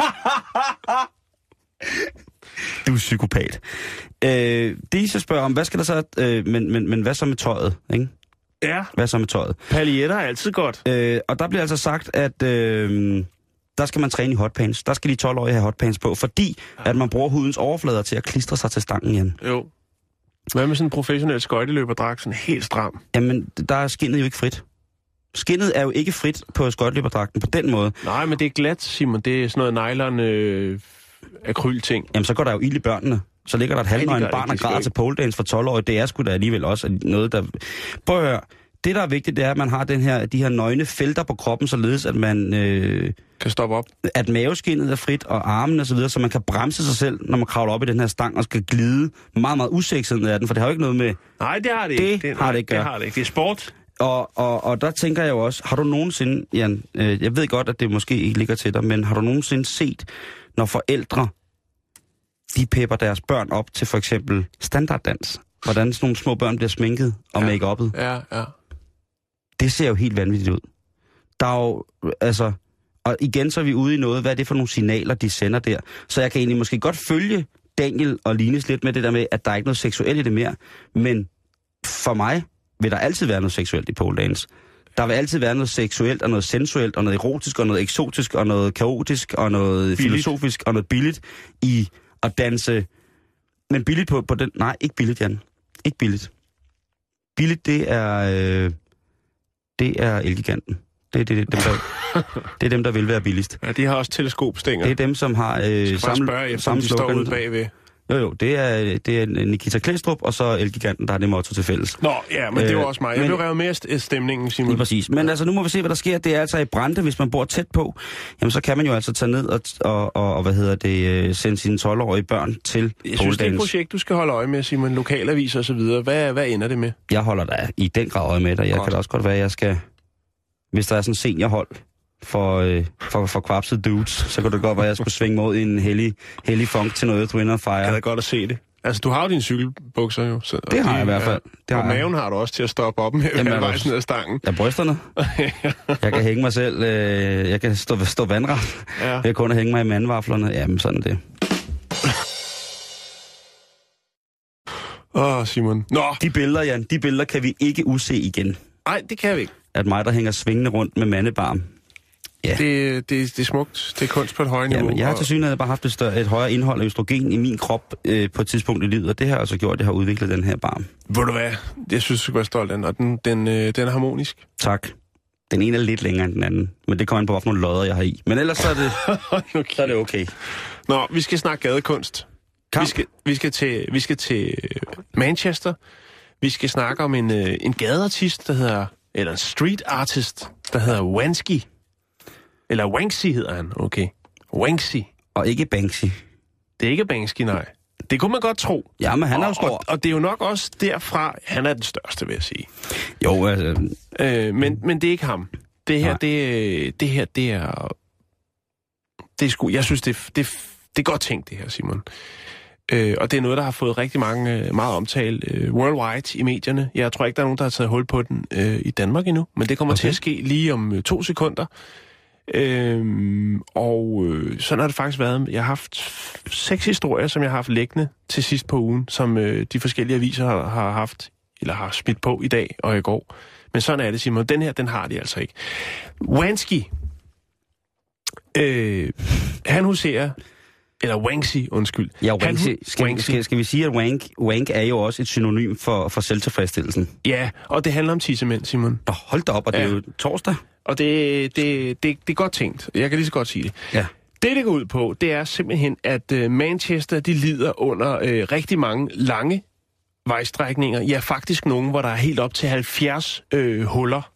Speaker 4: Du er psykopat. Det så spørger om, hvad skal der så... Men hvad så med tøjet, ikke?
Speaker 5: Ja.
Speaker 4: Hvad så med tøjet?
Speaker 5: Paljetter er altid godt.
Speaker 4: Og der bliver altså sagt, at... der skal man træne i hotpants. Der skal de 12-årige have hotpants på, fordi at man bruger hudens overflader til at klistre sig til stangen igen.
Speaker 5: Jo. Hvad med sådan en professionel skøjteløberdragt, sådan helt stram? Jamen,
Speaker 4: der er skinnet jo ikke frit. Skinnet er jo ikke frit på skøjteløberdragten på den måde.
Speaker 5: Nej, men det er glat, Simon. Det er sådan noget nylon akrylting.
Speaker 4: Jamen, så går der jo ild i børnene. Så ligger der et halvnøgen barn og græder til poledance for 12-årige. Det er sgu da alligevel også noget, der... Prøv at høre. Det, der er vigtigt, det er, at man har de her nøgne felter på kroppen, således at man...
Speaker 5: kan stoppe op.
Speaker 4: At maveskinnet er frit, og armen og så videre, så man kan bremse sig selv, når man kravler op i den her stang og skal glide meget, meget usekset ned ad den, for det har jo ikke noget med...
Speaker 5: Nej, det har det ikke.
Speaker 4: Det har det ikke.
Speaker 5: Det er sport.
Speaker 4: Og der tænker jeg jo også, har du nogensinde, Jan, jeg ved godt, at det måske ikke ligger til dig, men har du nogensinde set, når forældre, de pepper deres børn op til for eksempel standarddans, hvordan sådan nogle små børn bliver sminket og make-uppet?
Speaker 5: Ja.
Speaker 4: Det ser jo helt vanvittigt ud. Der er jo, altså... Og igen så er vi ude i noget, hvad er det for nogle signaler, de sender der. Så jeg kan egentlig måske godt følge Daniel og Lines lidt med det der med, at der er ikke noget seksuelt i det mere. Men for mig vil der altid være noget seksuelt i poledance. Der vil altid være noget seksuelt og noget sensuelt og noget erotisk og noget eksotisk og noget kaotisk og noget filosofisk og noget billigt i at danse. Men billigt på den... Nej, ikke billigt, Jan. Ikke billigt. Billigt, det er Elgiganten. Det er dem, der vil være billigst.
Speaker 5: Ja, de har også teleskopstænger.
Speaker 4: Det er dem, som har
Speaker 5: samme står ude bagved.
Speaker 4: Jo, det er Nikita Klæstrup, og så Elgiganten, der har det motto til fælles.
Speaker 5: Nå, ja, men det var også mig. Jeg blev revet med af stemningen, Simon.
Speaker 4: Lige præcis. Men altså, nu må vi se, hvad der sker. Det er altså i Brande, hvis man bor tæt på. Jamen, så kan man jo altså tage ned og sende sine 12-årige børn til poledance.
Speaker 5: Jeg synes, det er et projekt, du skal holde øje med, Simon. Lokalaviser og så videre. Hvad ender det med?
Speaker 4: Jeg holder da i den grad øje med dig. Jeg kan da også godt være, jeg skal... Hvis der er sådan en seniorhold for kvapsede dudes, så kunne det godt være, at jeg skulle svinge mod en hellig funk til noget Earth, Wind & Fire.
Speaker 5: Jeg kan godt at se det. Altså, du har jo dine cykelbukser jo. Så,
Speaker 4: det har jeg i hvert fald.
Speaker 5: Og maven har du også til at stoppe op med halvvejs ned ad stangen.
Speaker 4: Ja, brysterne. Jeg kan hænge mig selv. Jeg kan stå vandret. Ja. Jeg kan kun hænge mig i mandvaflerne. Jamen, sådan det.
Speaker 5: Simon. Nå!
Speaker 4: De billeder, Jan, kan vi ikke use igen.
Speaker 5: Nej, det kan vi ikke.
Speaker 4: At mig, der hænger svingende rundt med mandebarm. Ja.
Speaker 5: Det er smukt. Det er kunst på et højere niveau.
Speaker 4: Ja, men jeg har til synligheden bare haft et højere indhold af østrogen i min krop på et tidspunkt i livet, og det har altså gjort, at jeg har udviklet den her barm.
Speaker 5: Ved du hvad? Jeg synes, du skal være stolt af den, og den er harmonisk.
Speaker 4: Tak. Den ene er lidt længere end den anden, men det kommer an på, hvilke nogle lodder, jeg har i. Men ellers så er det, okay. Så er det okay.
Speaker 5: Nå, vi skal snakke gadekunst. Vi skal til Manchester. Vi skal snakke om en gadeartist, eller en street artist, der hedder Wansky. Eller Wanksy hedder han, okay. Wanksy.
Speaker 4: Og ikke Banksy.
Speaker 5: Det er ikke Banksy, nej. Det kunne man godt tro.
Speaker 4: Ja, men han er jo stor.
Speaker 5: Og det er jo nok også derfra, han er den største, vil jeg sige.
Speaker 4: Jo, altså...
Speaker 5: Men det er ikke ham. Det her, det er sgu... Jeg synes, det er godt tænkt, det her, Simon. Og det er noget, der har fået rigtig meget omtale worldwide i medierne. Jeg tror ikke, der er nogen, der har taget hul på den i Danmark endnu, men det kommer til at ske lige om 2 sekunder. Sådan har det faktisk været. Jeg har haft 6 historier, som jeg har haft liggende til sidst på ugen, som de forskellige aviser har haft, eller har smidt på i dag og i går. Men sådan er det, Simon. Den her, den har de altså ikke. Wansky Han huserer, eller Wanksy, undskyld.
Speaker 4: Ja, Wanksy. Skal vi sige, at wank er jo også et synonym for selvtilfredsstillelsen?
Speaker 5: Ja, og det handler om tissemænd, Simon.
Speaker 4: Hold da op, og det er jo torsdag.
Speaker 5: Og det er godt tænkt. Jeg kan lige så godt sige det.
Speaker 4: Ja.
Speaker 5: Det går ud på, det er simpelthen, at Manchester, de lider under rigtig mange lange vejstrækninger. Ja, faktisk nogle, hvor der er helt op til 70 huller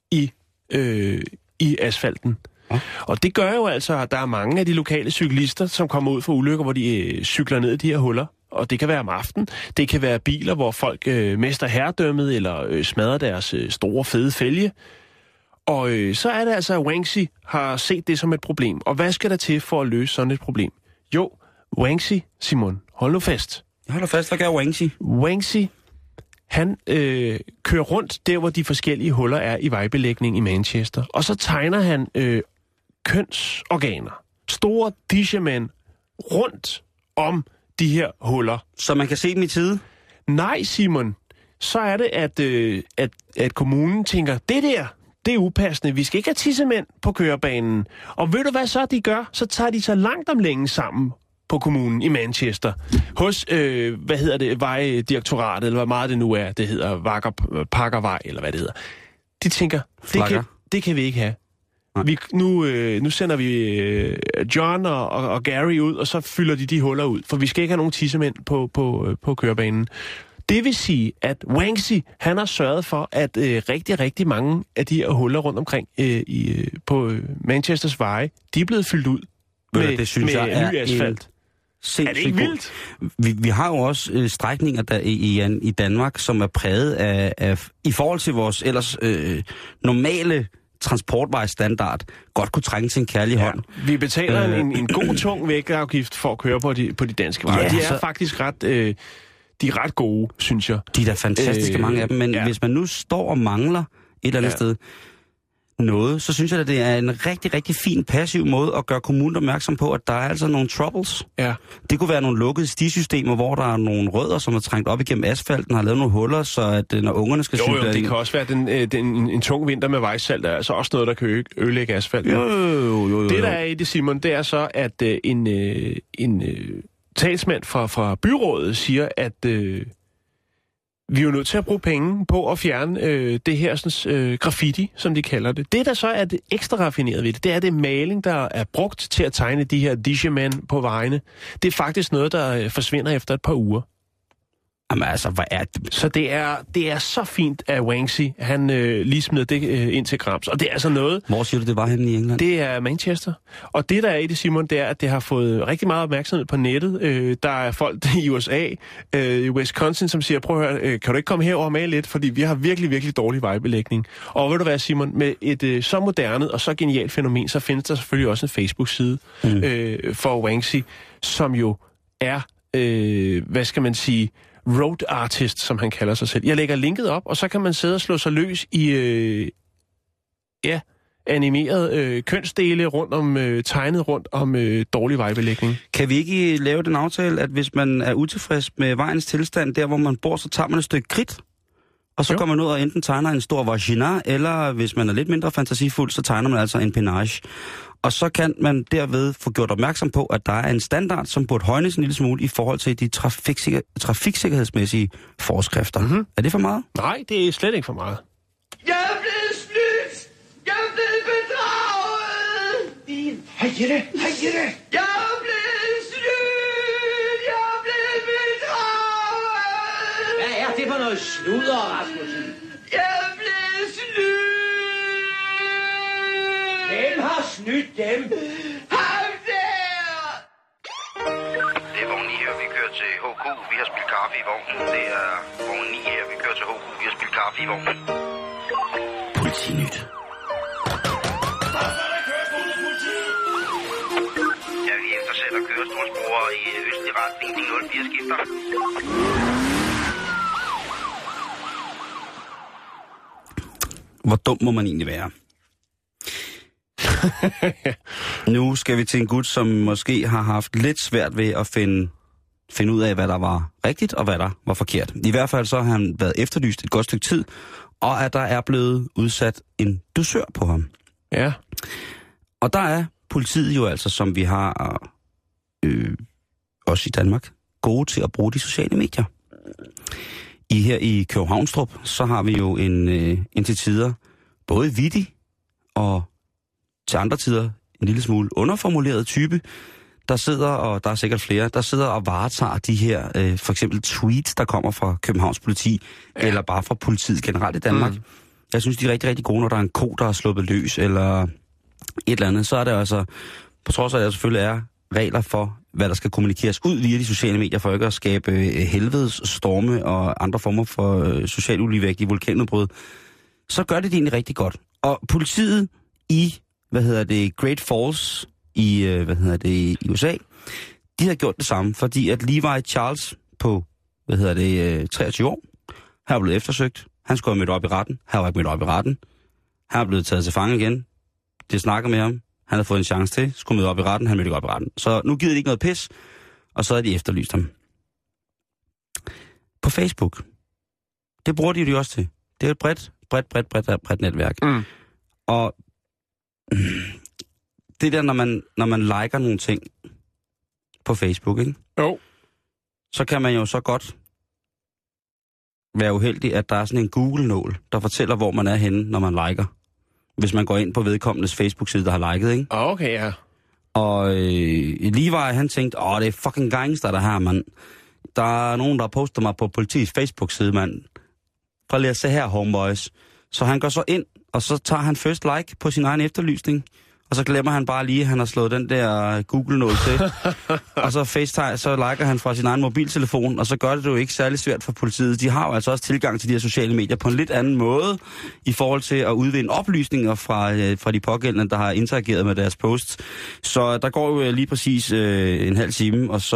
Speaker 5: i asfalten. Ja. Og det gør jo altså, at der er mange af de lokale cyklister, som kommer ud for ulykker, hvor de cykler ned i de her huller. Og det kan være om aftenen. Det kan være biler, hvor folk mister herredømmet eller smadrer deres store, fede fælge. Og så er det altså, at Wanksy har set det som et problem. Og hvad skal der til for at løse sådan et problem? Jo, Wanksy, Simon, hold nu fast.
Speaker 4: Jeg holder fast, hvad gør Wanksy?
Speaker 5: Wanksy, han kører rundt der, hvor de forskellige huller er i vejbelægning i Manchester. Og så tegner han kønsorganer. Store dishermænd rundt om de her huller.
Speaker 4: Så man kan se dem i tide?
Speaker 5: Nej, Simon. Så er det, at kommunen tænker, det er upassende. Vi skal ikke have tissemænd på kørebanen. Og ved du hvad så de gør? Så tager de så langt om længe sammen på kommunen i Manchester. Hos, Vejdirektoratet, eller hvad meget det nu er. Det hedder Pakkervej, eller hvad det hedder. De tænker, det kan vi ikke have. Nu sender vi John og Gary ud, og så fylder de huller ud. For vi skal ikke have nogen tissemænd på kørebanen. Det vil sige, at Wanksy, han har sørget for, at rigtig, rigtig mange af de her huller rundt omkring på Manchesters veje, de er blevet fyldt ud med ny asfalt. Er det ikke vildt?
Speaker 4: Vi har jo også strækninger der i Danmark, som er præget af i forhold til vores ellers normale transportvejsstandard, godt kunne trænge til en kærlig hånd.
Speaker 5: Vi betaler en god, tung vægtafgift for at køre på de danske veje. Ja, de er faktisk ret... De er ret gode, synes jeg.
Speaker 4: De er da fantastiske, mange af dem, men hvis man nu står og mangler et eller andet sted noget, så synes jeg, at det er en rigtig, rigtig fin, passiv måde at gøre kommunen opmærksom på, at der er altså nogle troubles.
Speaker 5: Ja.
Speaker 4: Det kunne være nogle lukkede stisystemer, hvor der er nogle rødder, som er trængt op igennem asfalten, har lavet nogle huller, så at når ungerne skal cykle...
Speaker 5: Jo, det kan også være en tung vinter med vejsalt, der er altså også noget, der kan ødelægge asfalt.
Speaker 4: Jo.
Speaker 5: Det, der er i det, Simon, det er så, at en talsmand fra byrådet siger, at vi er jo nødt til at bruge penge på at fjerne det her sådan, graffiti, som de kalder det. Det, der så er det ekstra raffineret ved det er det maling, der er brugt til at tegne de her dishermænd på vejene. Det er faktisk noget, der forsvinder efter et par uger.
Speaker 4: Jamen altså, hvad er det?
Speaker 5: Så det er så fint, at Wanksy, han lige smider det ind til Grams. Og det er altså noget...
Speaker 4: Hvor siger du, det var henne i England?
Speaker 5: Det er Manchester. Og det, der er i det, Simon, det er, at det har fået rigtig meget opmærksomhed på nettet. Der er folk i USA, i Wisconsin, som siger, prøv at høre, kan du ikke komme herover og male lidt? Fordi vi har virkelig, virkelig dårlig vejbelægning. Og ved du hvad, Simon, med et så moderne og så genialt fænomen, så findes der selvfølgelig også en Facebook-side for Wanksy, som jo er, hvad skal man sige... road artist, som han kalder sig selv. Jeg lægger linket op, og så kan man sidde og slå sig løs i animeret kønsdele rundt om, tegnet rundt om dårlig vejbelægning.
Speaker 4: Kan vi ikke lave den aftale, at hvis man er utilfreds med vejens tilstand, der hvor man bor, så tager man et stykke kridt, og så går man ud og enten tegner en stor vagina, eller hvis man er lidt mindre fantasifuld, så tegner man altså en penage. Og så kan man derved få gjort opmærksom på, at der er en standard, som burde højnes en lille smule i forhold til de trafiksikkerhedsmæssige forskrifter. Mm-hmm. Er det for meget?
Speaker 5: Nej, det er slet ikke for meget.
Speaker 2: Jeg er blevet snydt! Jeg er blevet bedraget! Hej Jette! Jeg er blevet snydt! Jeg er blevet bedraget!
Speaker 6: Hvad er det for noget sludder, Rasmussen?
Speaker 2: Jeg er blevet snydt!
Speaker 6: Hvem har snydt dem?
Speaker 2: Ham der!
Speaker 7: Det er vogn 9 her, vi kører til HK. Vi har spillet kaffe i vognen. Det er vogn 9 her, vi kører til HK. Vi har spillet kaffe i vognen.
Speaker 4: Politinyt.
Speaker 7: Ja, vi eftersætter kørestolsbrugere i østlig retning. De 04 skifter.
Speaker 4: Hvor dum må man egentlig være? Nu skal vi til en gut, som måske har haft lidt svært ved at finde ud af, hvad der var rigtigt og hvad der var forkert. I hvert fald så har han været efterlyst et godt stykke tid, og at der er blevet udsat en dusør på ham.
Speaker 5: Ja.
Speaker 4: Og der er politiet jo altså, som vi har også i Danmark, gode til at bruge de sociale medier. Her i Københavnstrup, så har vi jo en til tider både vittig og til andre tider en lille smule underformuleret type, der sidder, og der er sikkert flere, der sidder og varetager de her for eksempel tweets, der kommer fra Københavns politi, eller bare fra politiet generelt i Danmark. Jeg synes, de er rigtig, rigtig gode, når der er en ko, der er sluppet løs, eller et eller andet. Så er det altså, på trods af, at der selvfølgelig er regler for, hvad der skal kommunikeres ud via de sociale medier, for ikke at skabe helvedes storme og andre former for social uligevægt i vulkanudbrud, så gør det egentlig rigtig godt. Og politiet i, Great Falls i USA, de har gjort det samme, fordi at Levi Charles på, 23 år, her er blevet eftersøgt. Han skulle have mødt op i retten. Han var ikke mødt op i retten. Han er blevet taget til fange igen. Det snakker med ham. Han har fået en chance til. Skulle møde op i retten. Han mødte ikke op i retten. Så nu giver de ikke noget pis. Og så er de efterlyst ham. På Facebook. Det bruger de jo også til. Det er et bredt netværk. Og det der, når man liker nogle ting på Facebook, ikke?
Speaker 5: Jo.
Speaker 4: Så kan man jo så godt være uheldig, at der er sådan en Google-nål, der fortæller, hvor man er henne, når man liker. Hvis man går ind på vedkommendes Facebook-side, der har liket, ikke?
Speaker 5: Okay, ja.
Speaker 4: Og Levi, han tænkte, det er fucking gangster, der her, mand. Der er nogen, der poster mig på politiets Facebook-side, mand. Prøv lige at se her, homeboys. Så han går så ind, og så tager han first like på sin egen efterlysning. Og så glemmer han bare lige, at han har slået den der Google-nål til. Og så FaceTime, så liker han fra sin egen mobiltelefon, og så gør det jo ikke særlig svært for politiet. De har jo altså også tilgang til de her sociale medier på en lidt anden måde, i forhold til at udvinde oplysninger fra de pågældende, der har interageret med deres posts. Så der går jo lige præcis en halv time, og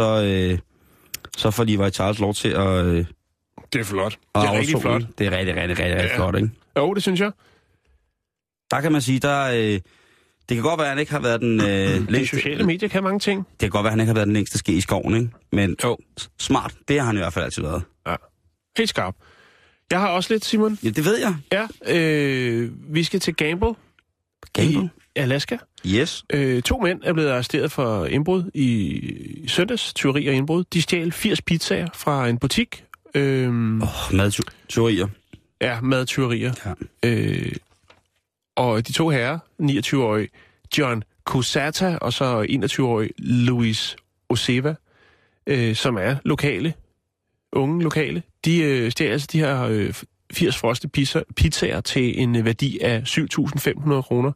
Speaker 4: så får Levi Charles lov til at...
Speaker 5: det er flot. Det er rigtig flot.
Speaker 4: Det er rigtig flot, ikke?
Speaker 5: Jo, det synes jeg.
Speaker 4: Der kan man sige, det kan godt være, at han ikke har været den længste...
Speaker 5: De sociale medier kan mange ting.
Speaker 4: Det kan godt være, at han ikke har været den længste ske i skoven, ikke? Men smart, det har han i hvert fald altid været.
Speaker 5: Ja, helt skarp. Jeg har også lidt, Simon.
Speaker 4: Ja, det ved jeg.
Speaker 5: Ja, vi skal til Gamble.
Speaker 4: Gamble?
Speaker 5: I Alaska.
Speaker 4: Yes.
Speaker 5: 2 mænd er blevet arresteret for indbrud i søndags, tyveri og indbrud. De stjal 80 pizzaer fra en butik.
Speaker 4: Madtyverier.
Speaker 5: Ja, madtyverier. Ja. Og de 2 herrer, 29-årig John Kusata og så 21-årig Luis Oseva, som er unge lokale, de stjal altså de her 80 frosne pizzaer til en værdi af 7.500 kroner.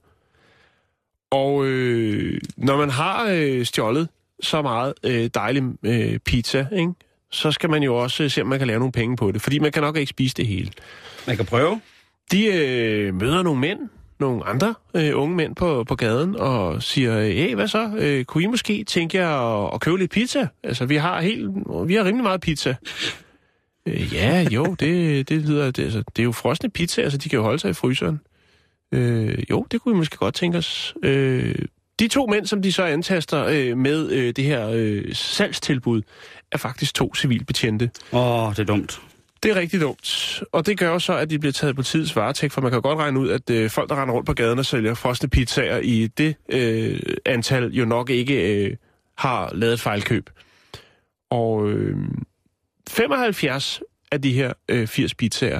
Speaker 5: Og når man har stjålet så meget dejlig pizza, ikke, så skal man jo også se, om man kan lave nogle penge på det, fordi man kan nok ikke spise det hele.
Speaker 4: Man kan prøve.
Speaker 5: De møder nogle andre unge mænd på gaden og siger, hey, hvad så? Kunne I måske tænke jer at købe lidt pizza? Altså, vi har rimelig meget pizza. Det lyder... Det er jo frosne pizza, altså de kan jo holde sig i fryseren. Det kunne vi måske godt tænke os. De 2 mænd, som de så antaster med det her salgstilbud, er faktisk 2 civilbetjente.
Speaker 4: Det er dumt.
Speaker 5: Det er rigtig dumt, og det gør jo så, at de bliver taget på politiets varetægt, for man kan godt regne ud, at folk, der render rundt på gaden og sælger frosne pizzaer i det antal, jo nok ikke har lavet et fejlkøb. Og 75 af de her 80 pizzaer,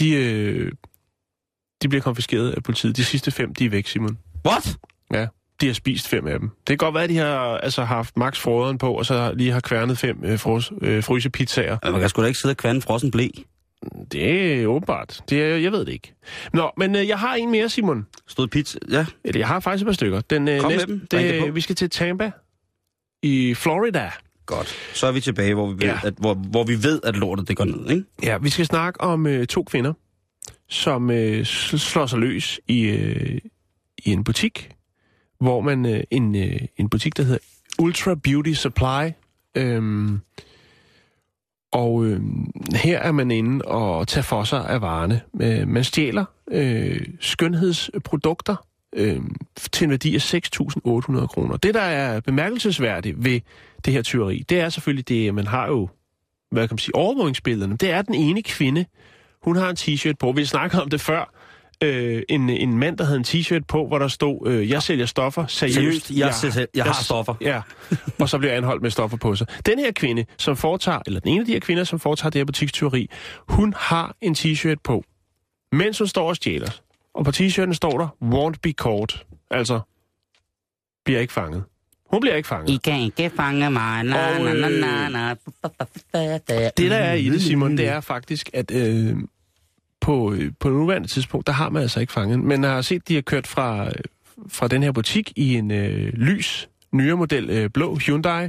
Speaker 5: de bliver konfiskeret af politiet. De sidste 5, de er væk, Simon.
Speaker 4: What?
Speaker 5: Ja, de har spist 5 af dem. Det kan godt være, at de har haft max froderen på, og så lige har kværnet 5 frysepizzaer.
Speaker 4: Man kan sgu da ikke sidde og kværne frossen blæ.
Speaker 5: Det er åbenbart. Jeg ved det ikke. Nå, men jeg har en mere, Simon.
Speaker 4: Stod pizza? Ja.
Speaker 5: Eller jeg har faktisk et par stykker.
Speaker 4: Kom med dem.
Speaker 5: Vi skal til Tampa i Florida.
Speaker 4: Godt. Så er vi tilbage, hvor vi ved, hvor vi ved, at lortet det går ned, ikke?
Speaker 5: Ja, vi skal snakke om 2 kvinder, som slår sig løs i en butik, hvor man en butik, der hedder Ultra Beauty Supply. Her er man inde og tager for sig af varerne. Man stjæler skønhedsprodukter til en værdi af 6.800 kroner. Det, der er bemærkelsesværdigt ved det her tyveri, det er selvfølgelig det, man har jo, hvad kan man sige, overvågningsbillederne. Det er den ene kvinde, hun har en t-shirt på. Vi snakker om det før. en mand, der havde en t-shirt på, hvor der stod, jeg sælger stoffer, seriøst.
Speaker 4: Jeg har stoffer.
Speaker 5: Ja, og så bliver anholdt med stoffer på sig. Den her kvinde, som foretager, eller den ene af de her kvinder, som foretager det her butikstyveri, hun har en t-shirt på, mens hun står og stjæler. Og på t-shirten står der, won't be caught. Altså, bliver ikke fanget. Hun bliver ikke fanget.
Speaker 4: I kan ikke fange mig.
Speaker 5: Det, der er i det, Simon, det er faktisk, at på nuværende tidspunkt, der har man altså ikke fanget. Men jeg har set, de har kørt fra den her butik i en nyere model, blå Hyundai.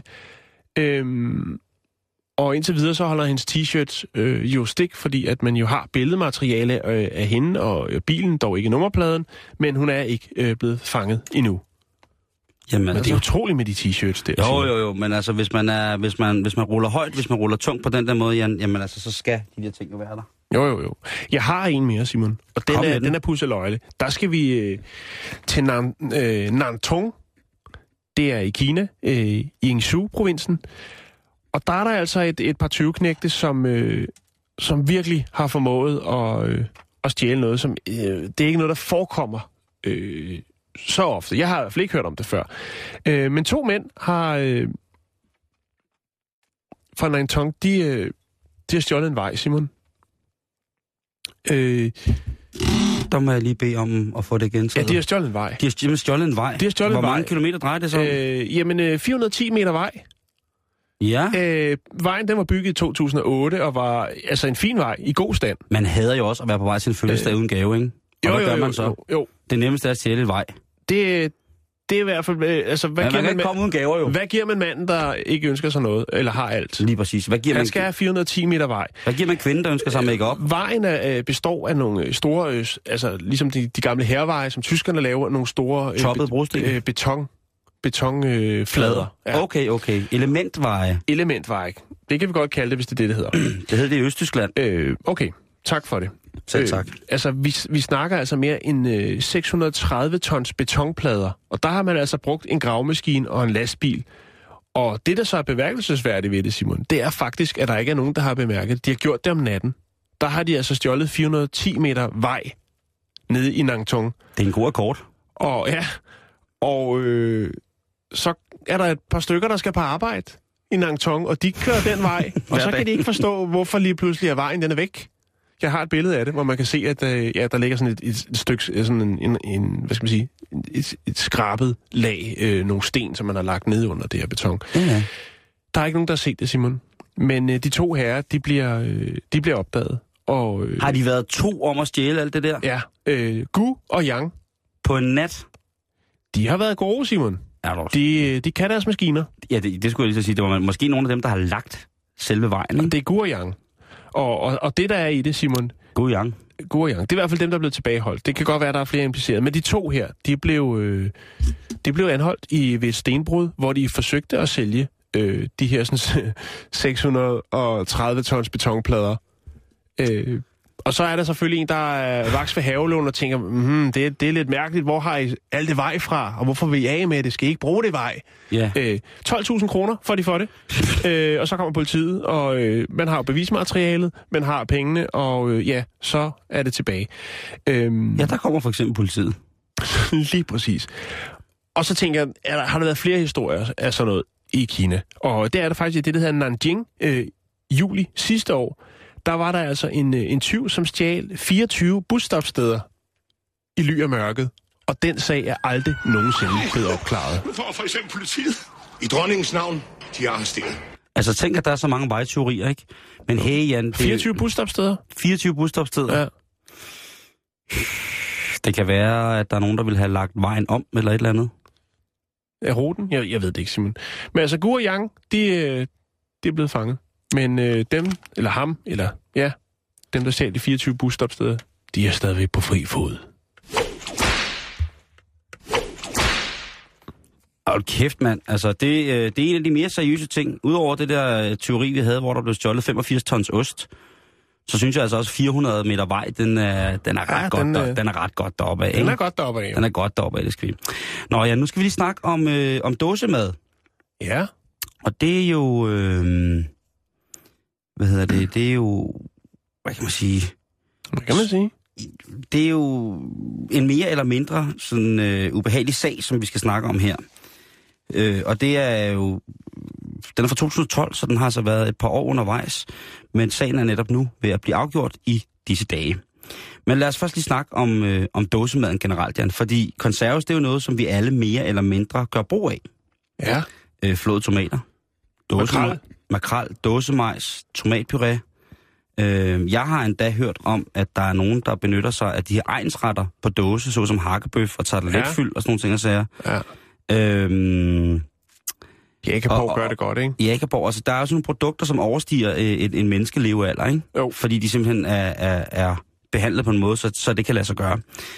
Speaker 5: Og indtil videre, så holder hendes t-shirt jo stik, fordi at man jo har billedmateriale af hende og bilen, dog ikke nummerpladen, men hun er ikke blevet fanget endnu. Jamen, men det er utroligt med de t-shirts der.
Speaker 4: Jo, men altså, hvis man ruller højt, hvis man ruller tungt på den der måde, Jan, jamen altså, så skal de der ting jo være der.
Speaker 5: Jo. Jeg har en mere, Simon, og den er pusseløjle. Der skal vi til Nantong. Det er i Kina, i Yingzhou-provinsen. Og der er der altså et par 20-knægte, som virkelig har formået at stjæle noget, som det er ikke noget, der forekommer så ofte. Jeg har i hvert fald ikke hørt om det før. Men 2 mænd har fra Nantong, de har stjålet en vej, Simon.
Speaker 4: Der må jeg lige bede om at få det gentaget.
Speaker 5: Ja, de har stjålet en vej.
Speaker 4: De har stjålet en vej? Hvor mange kilometer drejer det så?
Speaker 5: Jamen, 410 meter vej.
Speaker 4: Ja.
Speaker 5: Vejen, den var bygget i 2008 og var altså en fin vej, i god stand.
Speaker 4: Man hader jo også at være på vej til en fødselsdag uden gave, ikke? Og hvad gør man så?
Speaker 5: Jo.
Speaker 4: Det nemmeste er at stjæle vej.
Speaker 5: Det er i hvert fald... Altså, hvad giver man
Speaker 4: komme uden gaver, jo.
Speaker 5: Hvad giver man manden, der ikke ønsker sig noget, eller har alt?
Speaker 4: Lige præcis.
Speaker 5: Han skal have 410 meter vej.
Speaker 4: Hvad giver man kvinden, der ønsker sig make-up?
Speaker 5: Vejen består af nogle store... altså, ligesom de gamle hærveje, som tyskerne laver, nogle store...
Speaker 4: Toppede brosten?
Speaker 5: Betonflader.
Speaker 4: Ja. Okay. Elementveje.
Speaker 5: Elementveje. Det kan vi godt kalde det, hvis det er det hedder.
Speaker 4: Det hedder det i Østtyskland.
Speaker 5: Okay, tak for det.
Speaker 4: Selv tak.
Speaker 5: Altså, vi snakker altså mere end 630 tons betonplader, og der har man altså brugt en gravemaskine og en lastbil. Og det, der så er bemærkelsesværdigt ved det, Simon, det er faktisk, at der ikke er nogen, der har bemærket det. De har gjort det om natten. Der har de altså stjålet 410 meter vej nede i Nantong.
Speaker 4: Det er en god akkord.
Speaker 5: Og ja, så er der et par stykker, der skal på arbejde i Nantong, og de kører den vej, og så kan de ikke forstå, hvorfor lige pludselig er vejen, den er væk. Jeg har et billede af det, hvor man kan se, at der ligger sådan et stykke, sådan en hvad skal man sige, et skrabet lag, nogle sten, som man har lagt ned under det her beton.
Speaker 4: Ja.
Speaker 5: Der er ikke nogen, der har set det, Simon. Men de 2 herrer, de bliver opdaget. Og,
Speaker 4: har de været 2 om at stjæle alt det der?
Speaker 5: Ja. Gu og Yang.
Speaker 4: På en nat?
Speaker 5: De har været gode, Simon. De kan deres maskiner.
Speaker 4: Ja, det skulle jeg lige så sige. Det var måske nogle af dem, der har lagt selve vejen. Ikke?
Speaker 5: Det er Gu og Yang. Og det, der er i det, Simon...
Speaker 4: Gu og Yang.
Speaker 5: Det er i hvert fald dem, der er blevet tilbageholdt. Det kan godt være, der er flere impliceret. Men de 2 her, de blev anholdt ved et stenbrud, hvor de forsøgte at sælge de her sådan, 630 tons betonplader. Og så er der selvfølgelig en, der er vaks ved havelån og tænker, det er lidt mærkeligt, hvor har I alt det vej fra, og hvorfor vil I af med det? Skal I ikke bruge det vej?
Speaker 4: Yeah.
Speaker 5: 12.000 kroner får de for det, og så kommer politiet, og man har bevismaterialet, man har pengene, og så er det tilbage.
Speaker 4: Ja, der kommer for eksempel politiet.
Speaker 5: Lige præcis. Og så tænker jeg, har der været flere historier af sådan noget i Kina? Og det er der faktisk i det, der hedder Nanjing, juli sidste år. Der var der altså en tyv, som stjal 24 busstopsteder i ly af mørket. Og den sag er aldrig nogensinde blevet opklaret.
Speaker 8: For eksempel politiet. I dronningens navn, de er arresteret.
Speaker 4: Altså tænk, at der er så mange vejteorier, ikke? Men hey, Jan... Det...
Speaker 5: 24 busstopsteder?
Speaker 4: 24 busstopsteder?
Speaker 5: Ja.
Speaker 4: Det kan være, at der er nogen, der vil have lagt vejen om, eller et eller andet.
Speaker 5: Er ruten? Jeg ved det ikke, Simon. Men altså, Gu og Yang, de er blevet fanget. Men dem, eller ham, eller dem, der stjal de 24 busstopsteder, de er stadigvæk på fri fod.
Speaker 4: Hold kæft, mand. Altså, det er en af de mere seriøse ting. Udover det der teori, vi havde, hvor der blev stjålet 85 tons ost, så synes jeg altså også 400 meter vej, den er ret godt deroppe af.
Speaker 5: Den er godt deroppe af, jo.
Speaker 4: Den er godt deroppe af, det skal vi. Nå ja, nu skal vi lige snakke om dåsemad.
Speaker 5: Ja.
Speaker 4: Og det er jo... det er jo... Hvad kan man sige?
Speaker 5: Hvad kan man sige?
Speaker 4: det er jo en mere eller mindre sådan ubehagelig sag, som vi skal snakke om her. Og det er jo... Den er fra 2012, så den har så været et par år undervejs. Men sagen er netop nu ved at blive afgjort i disse dage. Men lad os først lige snakke om dåsemaden generelt, Jan. Fordi konserves, det er jo noget, som vi alle mere eller mindre gør brug af.
Speaker 5: Ja.
Speaker 4: Flåede tomater. Makrel, dåsemajs, tomatpuré. Jeg har endda hørt om, at der er nogen, der benytter sig af de her egnsretter på dåse, såsom hakkebøf og tarteletfyld og sådan nogle ting, og sager.
Speaker 5: Ja. Jægerborg gør det godt, ikke?
Speaker 4: Jægerborg, altså der er jo sådan nogle produkter, som overstiger en menneskelevealder, ikke?
Speaker 5: Jo.
Speaker 4: Fordi de simpelthen er behandlet på en måde, så det kan lade sig gøre.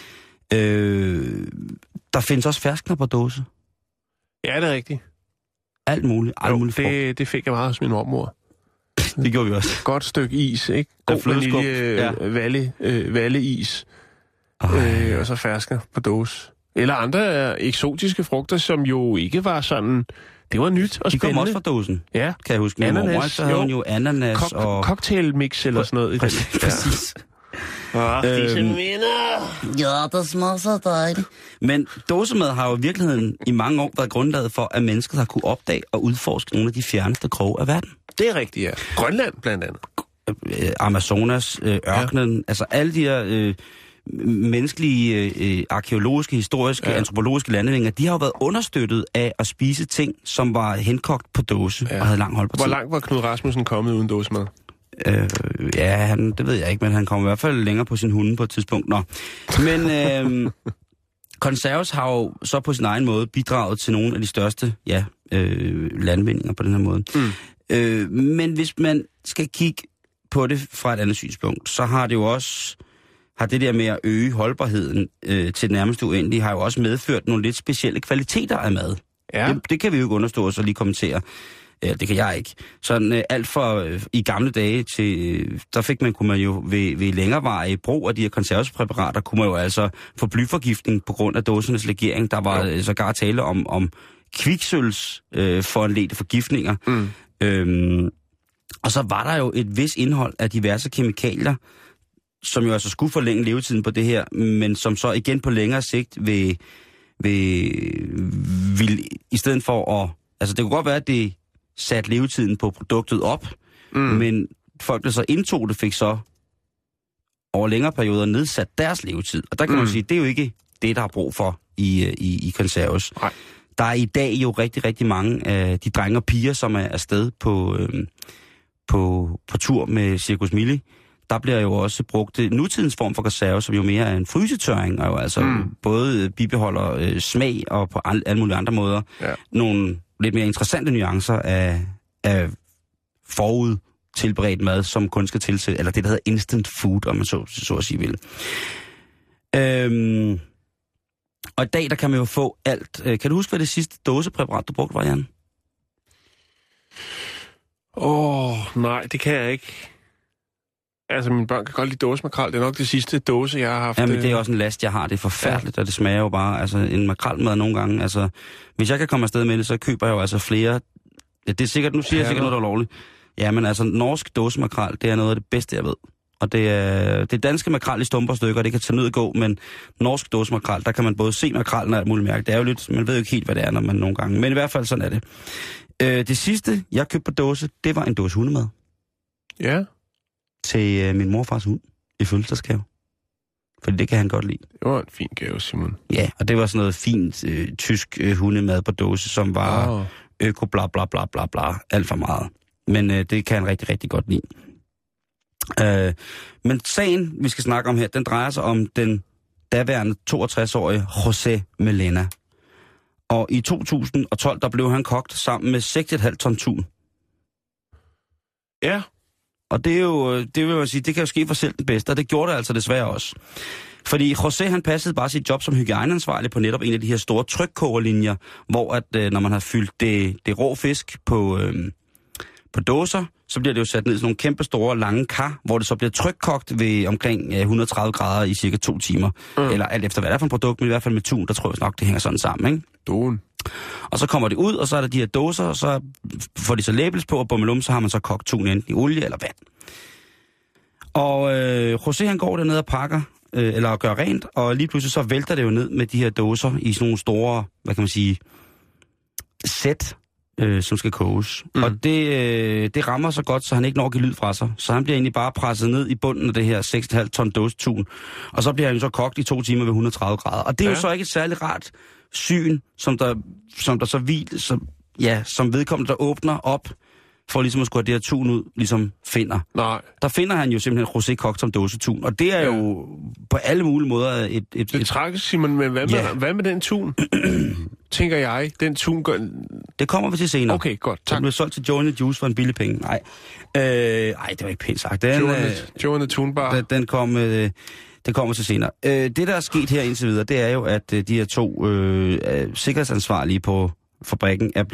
Speaker 4: Der findes også ferskner på dåse.
Speaker 5: Ja, det er rigtigt.
Speaker 4: Alt muligt frugt.
Speaker 5: Det fik jeg meget hos min mormor.
Speaker 4: Det gjorde vi også.
Speaker 5: Godt stykke is, ikke? God vanilje, valleis. Og så ferskner på dåse. Eller andre eksotiske frugter, som jo ikke var sådan... Det var nyt og spændende.
Speaker 4: De kom også fra dåsen,
Speaker 5: ja.
Speaker 4: Kan jeg huske.
Speaker 5: Ananas,
Speaker 4: så havde hun jo ananas og...
Speaker 5: Cocktailmix eller sådan noget.
Speaker 4: Præcis.
Speaker 5: Disse minder.
Speaker 4: Ja, det smager så dejligt. Men dåsemad har jo i virkeligheden i mange år været grundlaget for, at mennesket har kunne opdage og udforske nogle af de fjerneste kroge af verden.
Speaker 5: Det er rigtigt, ja. Grønland blandt andet.
Speaker 4: Amazonas, ørkenen, altså alle de her... menneskelige, arkeologiske, historiske, antropologiske landevinger, de har jo været understøttet af at spise ting, som var henkogt på dåse og havde lang holdbartid.
Speaker 5: Hvor langt var Knud Rasmussen kommet uden dåsemad?
Speaker 4: Det ved jeg ikke, men han kom i hvert fald længere på sin hunde på et tidspunkt. Nå. Men konserves har jo så på sin egen måde bidraget til nogle af de største landvindinger på den her måde. Men hvis man skal kigge på det fra et andet synspunkt, så har det jo også... har det der med at øge holdbarheden til det nærmeste uendelige, har jo også medført nogle lidt specielle kvaliteter af mad. Ja. Det kan vi jo ikke understå og så lige kommentere. Det kan jeg ikke. Sådan alt for i gamle dage til, der kunne man jo ved længerevarige brug af de her konservespræparater, kunne man jo altså få blyforgiftning på grund af dåsernes legering. Der var sågar tale om kviksølvs foranledte forgiftninger. Og så var der jo et vis indhold af diverse kemikalier, som jo altså skulle forlænge levetiden på det her, men som så igen på længere sigt vil i stedet for at... Altså det kunne godt være, at det satte levetiden på produktet op, men folk, der så indtog det, fik så over længere perioder nedsat deres levetid. Og der kan man sige, det er jo ikke det, der er brug for i konserves. Nej. Der er i dag jo rigtig, rigtig mange af de drenge og piger, som er afsted på tur med Circus Milli. Der bliver jo også brugt nutidens form for konserve, som jo mere er en frysetørring, og jo altså både bibeholder smag og på alle mulige andre måder nogle lidt mere interessante nuancer af forud tilberedt mad, som kun skal tilsætte, eller det, der hedder instant food, om man så at sige vil. Og i dag, der kan man jo få alt. Kan du huske, hvad det sidste dåsepræparat, du brugte, var, Jan?
Speaker 5: Nej, det kan jeg ikke. Altså, mine børn kan godt lide dåsemakrel. Det er nok det sidste dåse, jeg har haft.
Speaker 4: Jamen, det er også en last, jeg har. Det er forfærdeligt, og det smager jo bare. Altså, en makrelmad nogle gange. Altså, hvis jeg kan komme afsted med det, så køber jeg jo altså flere... Ja, det er sikkert... Nu siger jeg sikkert noget, der er lovligt. Ja, men altså, norsk dåsemakrel, det er noget af det bedste, jeg ved. Og det er danske makrel i stumper stykker, det kan tage ned og gå, men norsk dåsemakrel, der kan man både se makrelen og alt muligt mærke. Det er jo lidt... Man ved jo ikke helt, hvad det er, når man nogle gange... Men i hvert fald, sådan er det. Det sidste, jeg købte på dåse, det var en dåse hundemad. Ja. Til min morfars hund i fødselsdagsgave. Fordi det kan han godt lide.
Speaker 5: Det var en fin gave, Simon.
Speaker 4: Ja, og det var sådan noget fint tysk hundemad på dåse, som var øko bla bla bla bla bla. Alt for meget. Men det kan han rigtig, rigtig godt lide. Men sagen, vi skal snakke om her, den drejer sig om den daværende 62-årige José Melena. Og i 2012, der blev han kogt sammen med 6,5 ton tun. Ja. Og det er jo, det vil man sige, det kan jo ske for selv den bedste, og det gjorde det altså desværre også. Fordi José, han passede bare sit job som hygiejneansvarlig på netop en af de her store trykkogerlinjer, hvor at, når man har fyldt det rå fisk på dåser, så bliver det jo sat ned i sådan nogle kæmpe store, lange kar, hvor det så bliver trykkogt ved omkring 130 grader i cirka 2 timer. Eller alt efter hvad det er for et produkt, men i hvert fald med tun, der tror jeg nok, det hænger sådan sammen, ikke?
Speaker 5: Duen.
Speaker 4: Og så kommer det ud, og så er der de her dåser, og så får de så labels på, og bummelum, så har man så kogt tun enten i olie eller vand. Og José, han går dernede og pakker eller at gøre rent, og lige pludselig så vælter det jo ned med de her dåser i sådan nogle store, hvad kan man sige, sæt, som skal koges. Og det rammer så godt, så han ikke når at give lyd fra sig. Så han bliver egentlig bare presset ned i bunden af det her 6,5 ton dåsetun, og så bliver han jo så kogt i 2 timer ved 130 grader. Og det er jo så ikke et særligt rart syn, som der så som vedkommende, der åbner op, for ligesom at skulle have det her tun ud, ligesom finder. Nej. Der finder han jo simpelthen rosé kogt som dåsetun, og det er jo på alle mulige måder et...
Speaker 5: Det er tragisk, Simon, men hvad med den tun? Tænker jeg, den tun gør...
Speaker 4: Det kommer vi til senere.
Speaker 5: Okay, godt, tak.
Speaker 4: Den blev solgt til Joe and the Juice for en billig penge. Nej, det var ikke pænt sagt.
Speaker 5: Joe and the Tunbar.
Speaker 4: Den kommer til senere. Det, der er sket her indtil videre, det er jo, at de her 2 sikkerhedsansvarlige på fabrikken er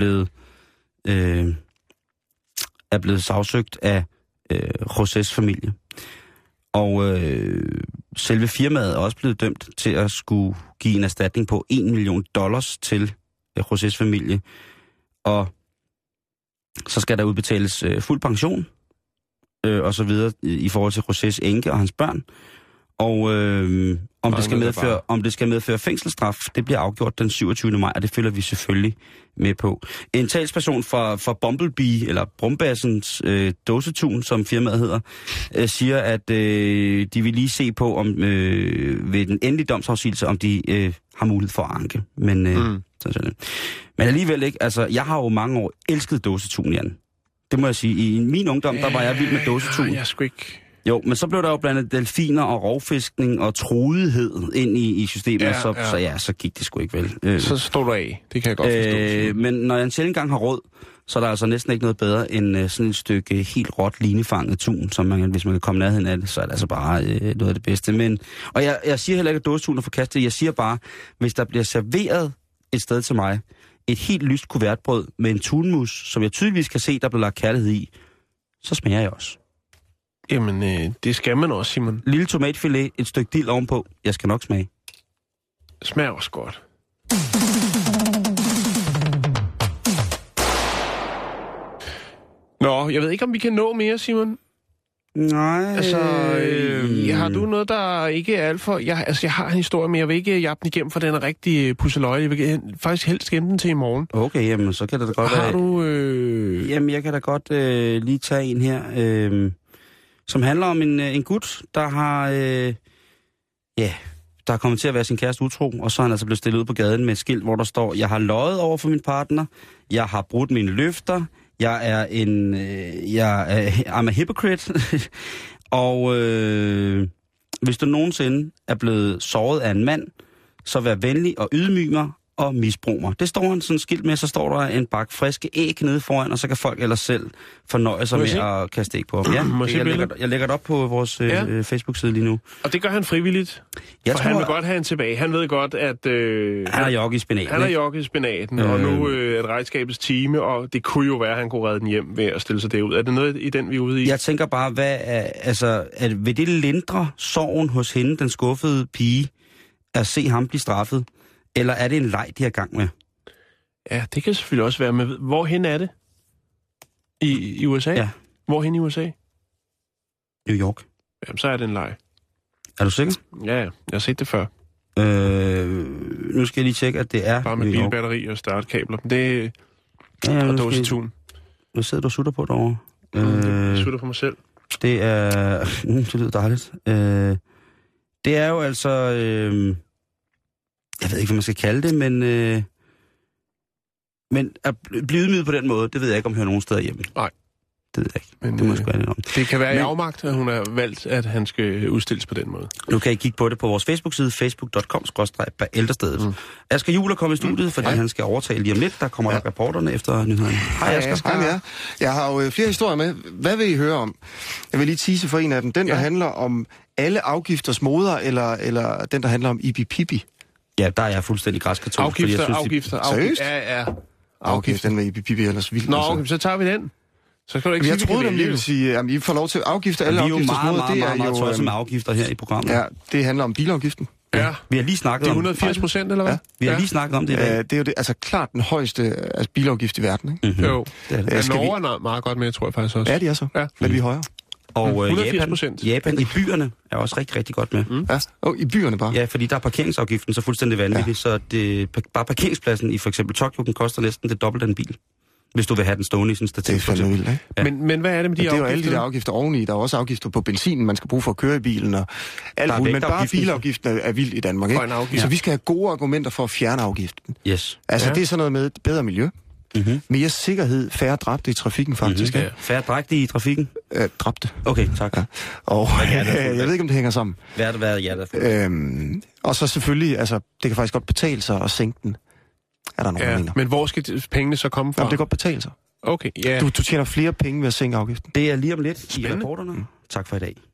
Speaker 4: blevet sagsøgt af Josés familie. Og selve firmaet er også blevet dømt til at skulle give en erstatning på $1 million til Josés familie. Og så skal der udbetales fuld pension og så videre i forhold til Josés enke og hans børn. Og om det skal medføre fængselsstraf, det bliver afgjort den 27. maj, og det følger vi selvfølgelig med på. En talsperson fra Bumblebee, eller Brumbassens dåsetun, som firmaet hedder, siger, at de vil lige se på, om ved den endelige domsafsigelse, om de har mulighed for at anke. Men alligevel ikke. Altså, jeg har jo mange år elsket dåsetun, Jan. Det må jeg sige. I min ungdom, der var jeg vild med dåsetun.
Speaker 5: Jeg skulle ikke...
Speaker 4: Jo, men så blev der jo blandet delfiner og rovfiskning og trudighed ind i systemet, så gik det sgu ikke vel.
Speaker 5: Så stod du af, det kan jeg godt forstå.
Speaker 4: Men når jeg en sjældent gang har råd, så er der altså næsten ikke noget bedre end sådan et stykke helt råt linefanget tun, som hvis man kan komme nærheden af det, så er det altså bare noget af det bedste. Og jeg siger heller ikke, at dåsetun er forkastet. Jeg siger bare, hvis der bliver serveret et sted til mig, et helt lyst kuvertbrød med en tunmus, som jeg tydeligvis kan se, der bliver lagt kærlighed i, så smager jeg også.
Speaker 5: Jamen, det skal man også, Simon.
Speaker 4: Lille tomatfilet, et stykke dild ovenpå. Jeg skal nok smage.
Speaker 5: Smager også godt. Nå, jeg ved ikke, om vi kan nå mere, Simon.
Speaker 4: Nej.
Speaker 5: Altså, har du noget, der ikke er alt for... Jeg har en historie, men jeg vil ikke jappe den igennem, for den er rigtig pusseløje. Jeg vil faktisk helst gemme den til i morgen.
Speaker 4: Okay, jamen, så kan det da godt
Speaker 5: være... Har du...
Speaker 4: Jamen, jeg kan da godt lige tage en her... som handler om en gut, der har, der er kommet til at være sin kæreste utro, og så er han altså blevet stillet ud på gaden med et skilt, hvor der står, jeg har løjet over for min partner, jeg har brudt mine løfter, I'm a hypocrite, og hvis du nogensinde er blevet såret af en mand, så vær venlig og ydmyg mig, og misbrug mig. Det står han sådan skilt med, så står der en bakke friske æg nede foran, og så kan folk ellers selv fornøje sig med at kaste æg på ham. Ja, jeg lægger det op på vores Facebook-side lige nu.
Speaker 5: Og det gør han frivilligt? Han vil godt have en tilbage. Han ved godt, at...
Speaker 4: han har jogget i spinaten.
Speaker 5: Han har jogget i spinaten, og nu et regnskabets time, og det kunne jo være, at han kunne redde den hjem ved at stille sig derud. Er det noget i den, vi er ude i?
Speaker 4: Jeg tænker bare, vil det lindre sorgen hos hende, den skuffede pige, at se ham blive straffet? Eller er det en leg, de har gang med?
Speaker 5: Ja, det kan selvfølgelig også være med. Hvorhen er det? I USA?
Speaker 4: Ja.
Speaker 5: Hvorhen i USA?
Speaker 4: New York.
Speaker 5: Jamen, så er det en leg.
Speaker 4: Er du sikker?
Speaker 5: Ja, jeg har set det før.
Speaker 4: Nu skal jeg lige tjekke, at det er
Speaker 5: bare med bilbatteri og startkabler. Det og dåsetun.
Speaker 4: Hvad sidder du og sutter på derovre?
Speaker 5: Jeg sutter på mig selv.
Speaker 4: Det er... det lyder dejligt. Det er jo altså... jeg ved ikke, hvad man skal kalde det, men at blive ydmyget på den måde, det ved jeg ikke, om jeg hører nogen steder hjemme.
Speaker 5: Nej.
Speaker 4: Det ved jeg ikke. Men, det må jeg sgu om.
Speaker 5: Det kan være i afmagt, at hun har valgt, at han skal udstilles på den måde.
Speaker 4: Nu kan I kigge på det på vores Facebook-side, facebook.com/Bæltestedet. Asger Juhl er kommet i studiet, fordi han skal overtale lige om lidt. Der kommer reporterne efter nyhederne. Hej Asger.
Speaker 9: Hej med jer. Jeg har jo flere historier med. Hvad vil I høre om? Jeg vil lige tease for en af dem. Den, der handler om alle afgifters moder, eller den, der handler om Ibi-Pibi.
Speaker 4: Ja, der er jeg fuldstændig græskatolsk.
Speaker 5: Afgifter.
Speaker 9: Seriøst?
Speaker 5: Ja.
Speaker 9: Afgift, den med Ibi-Pibi ellers vildt.
Speaker 5: Nå, okay, så tager vi den. Så skal du ikke
Speaker 9: jeg troede dem lige vil sige, at I får lov til afgifter. Alle afgifter.
Speaker 4: Vi er jo meget tosset med afgifter her i programmet.
Speaker 9: Ja, det handler om bilafgiften.
Speaker 5: Ja.
Speaker 4: Vi har lige snakket om...
Speaker 5: Det er 180%, eller hvad?
Speaker 4: Ja. Vi har lige snakket om det i dag.
Speaker 9: Det er jo det, altså klart den højeste bilafgift i verden, ikke?
Speaker 5: Mm-hmm. Jo. Norge er meget godt med, tror jeg faktisk også.
Speaker 9: Ja, de er så. Ja. Men vi er højere.
Speaker 4: Og
Speaker 5: 180%.
Speaker 4: Japan i byerne er også rigtig, rigtig godt med.
Speaker 9: Ja, i byerne bare.
Speaker 4: Ja, fordi der er parkeringsafgiften så fuldstændig vanvittig, så bare parkeringspladsen i for eksempel Tokyo, den koster næsten det dobbelte af en bil. Hvis du vil have den stående i sådan en stativ.
Speaker 9: Det er fandme vildt, ikke?
Speaker 4: Ja.
Speaker 5: Men hvad er det med de afgifter?
Speaker 9: Det er jo alle de der afgifter oveni. Der er også afgifter på benzinen, man skal bruge for at køre i bilen. Og alt muligt. Men bare bilafgiften er vild i Danmark, ikke? Så vi skal have gode argumenter for at fjerne afgiften.
Speaker 4: Yes.
Speaker 9: Altså, det er sådan noget med bedre miljø. Mere sikkerhed, færre dræbte i trafikken, faktisk.
Speaker 4: Ja. Færre drægte i trafikken?
Speaker 9: Dræbte.
Speaker 4: Okay, tak. Ja.
Speaker 9: Og jeg ved ikke, om det hænger sammen. Og så selvfølgelig, altså, det kan faktisk godt betale sig at sænke den. Er der nogen, der mener?
Speaker 5: Men hvor skal pengene så komme fra?
Speaker 9: Jamen, det kan godt betale sig.
Speaker 5: Okay, ja.
Speaker 9: Du tjener flere penge ved at sænke afgiften.
Speaker 4: Det er lige om lidt i rapporterne. Tak for i dag.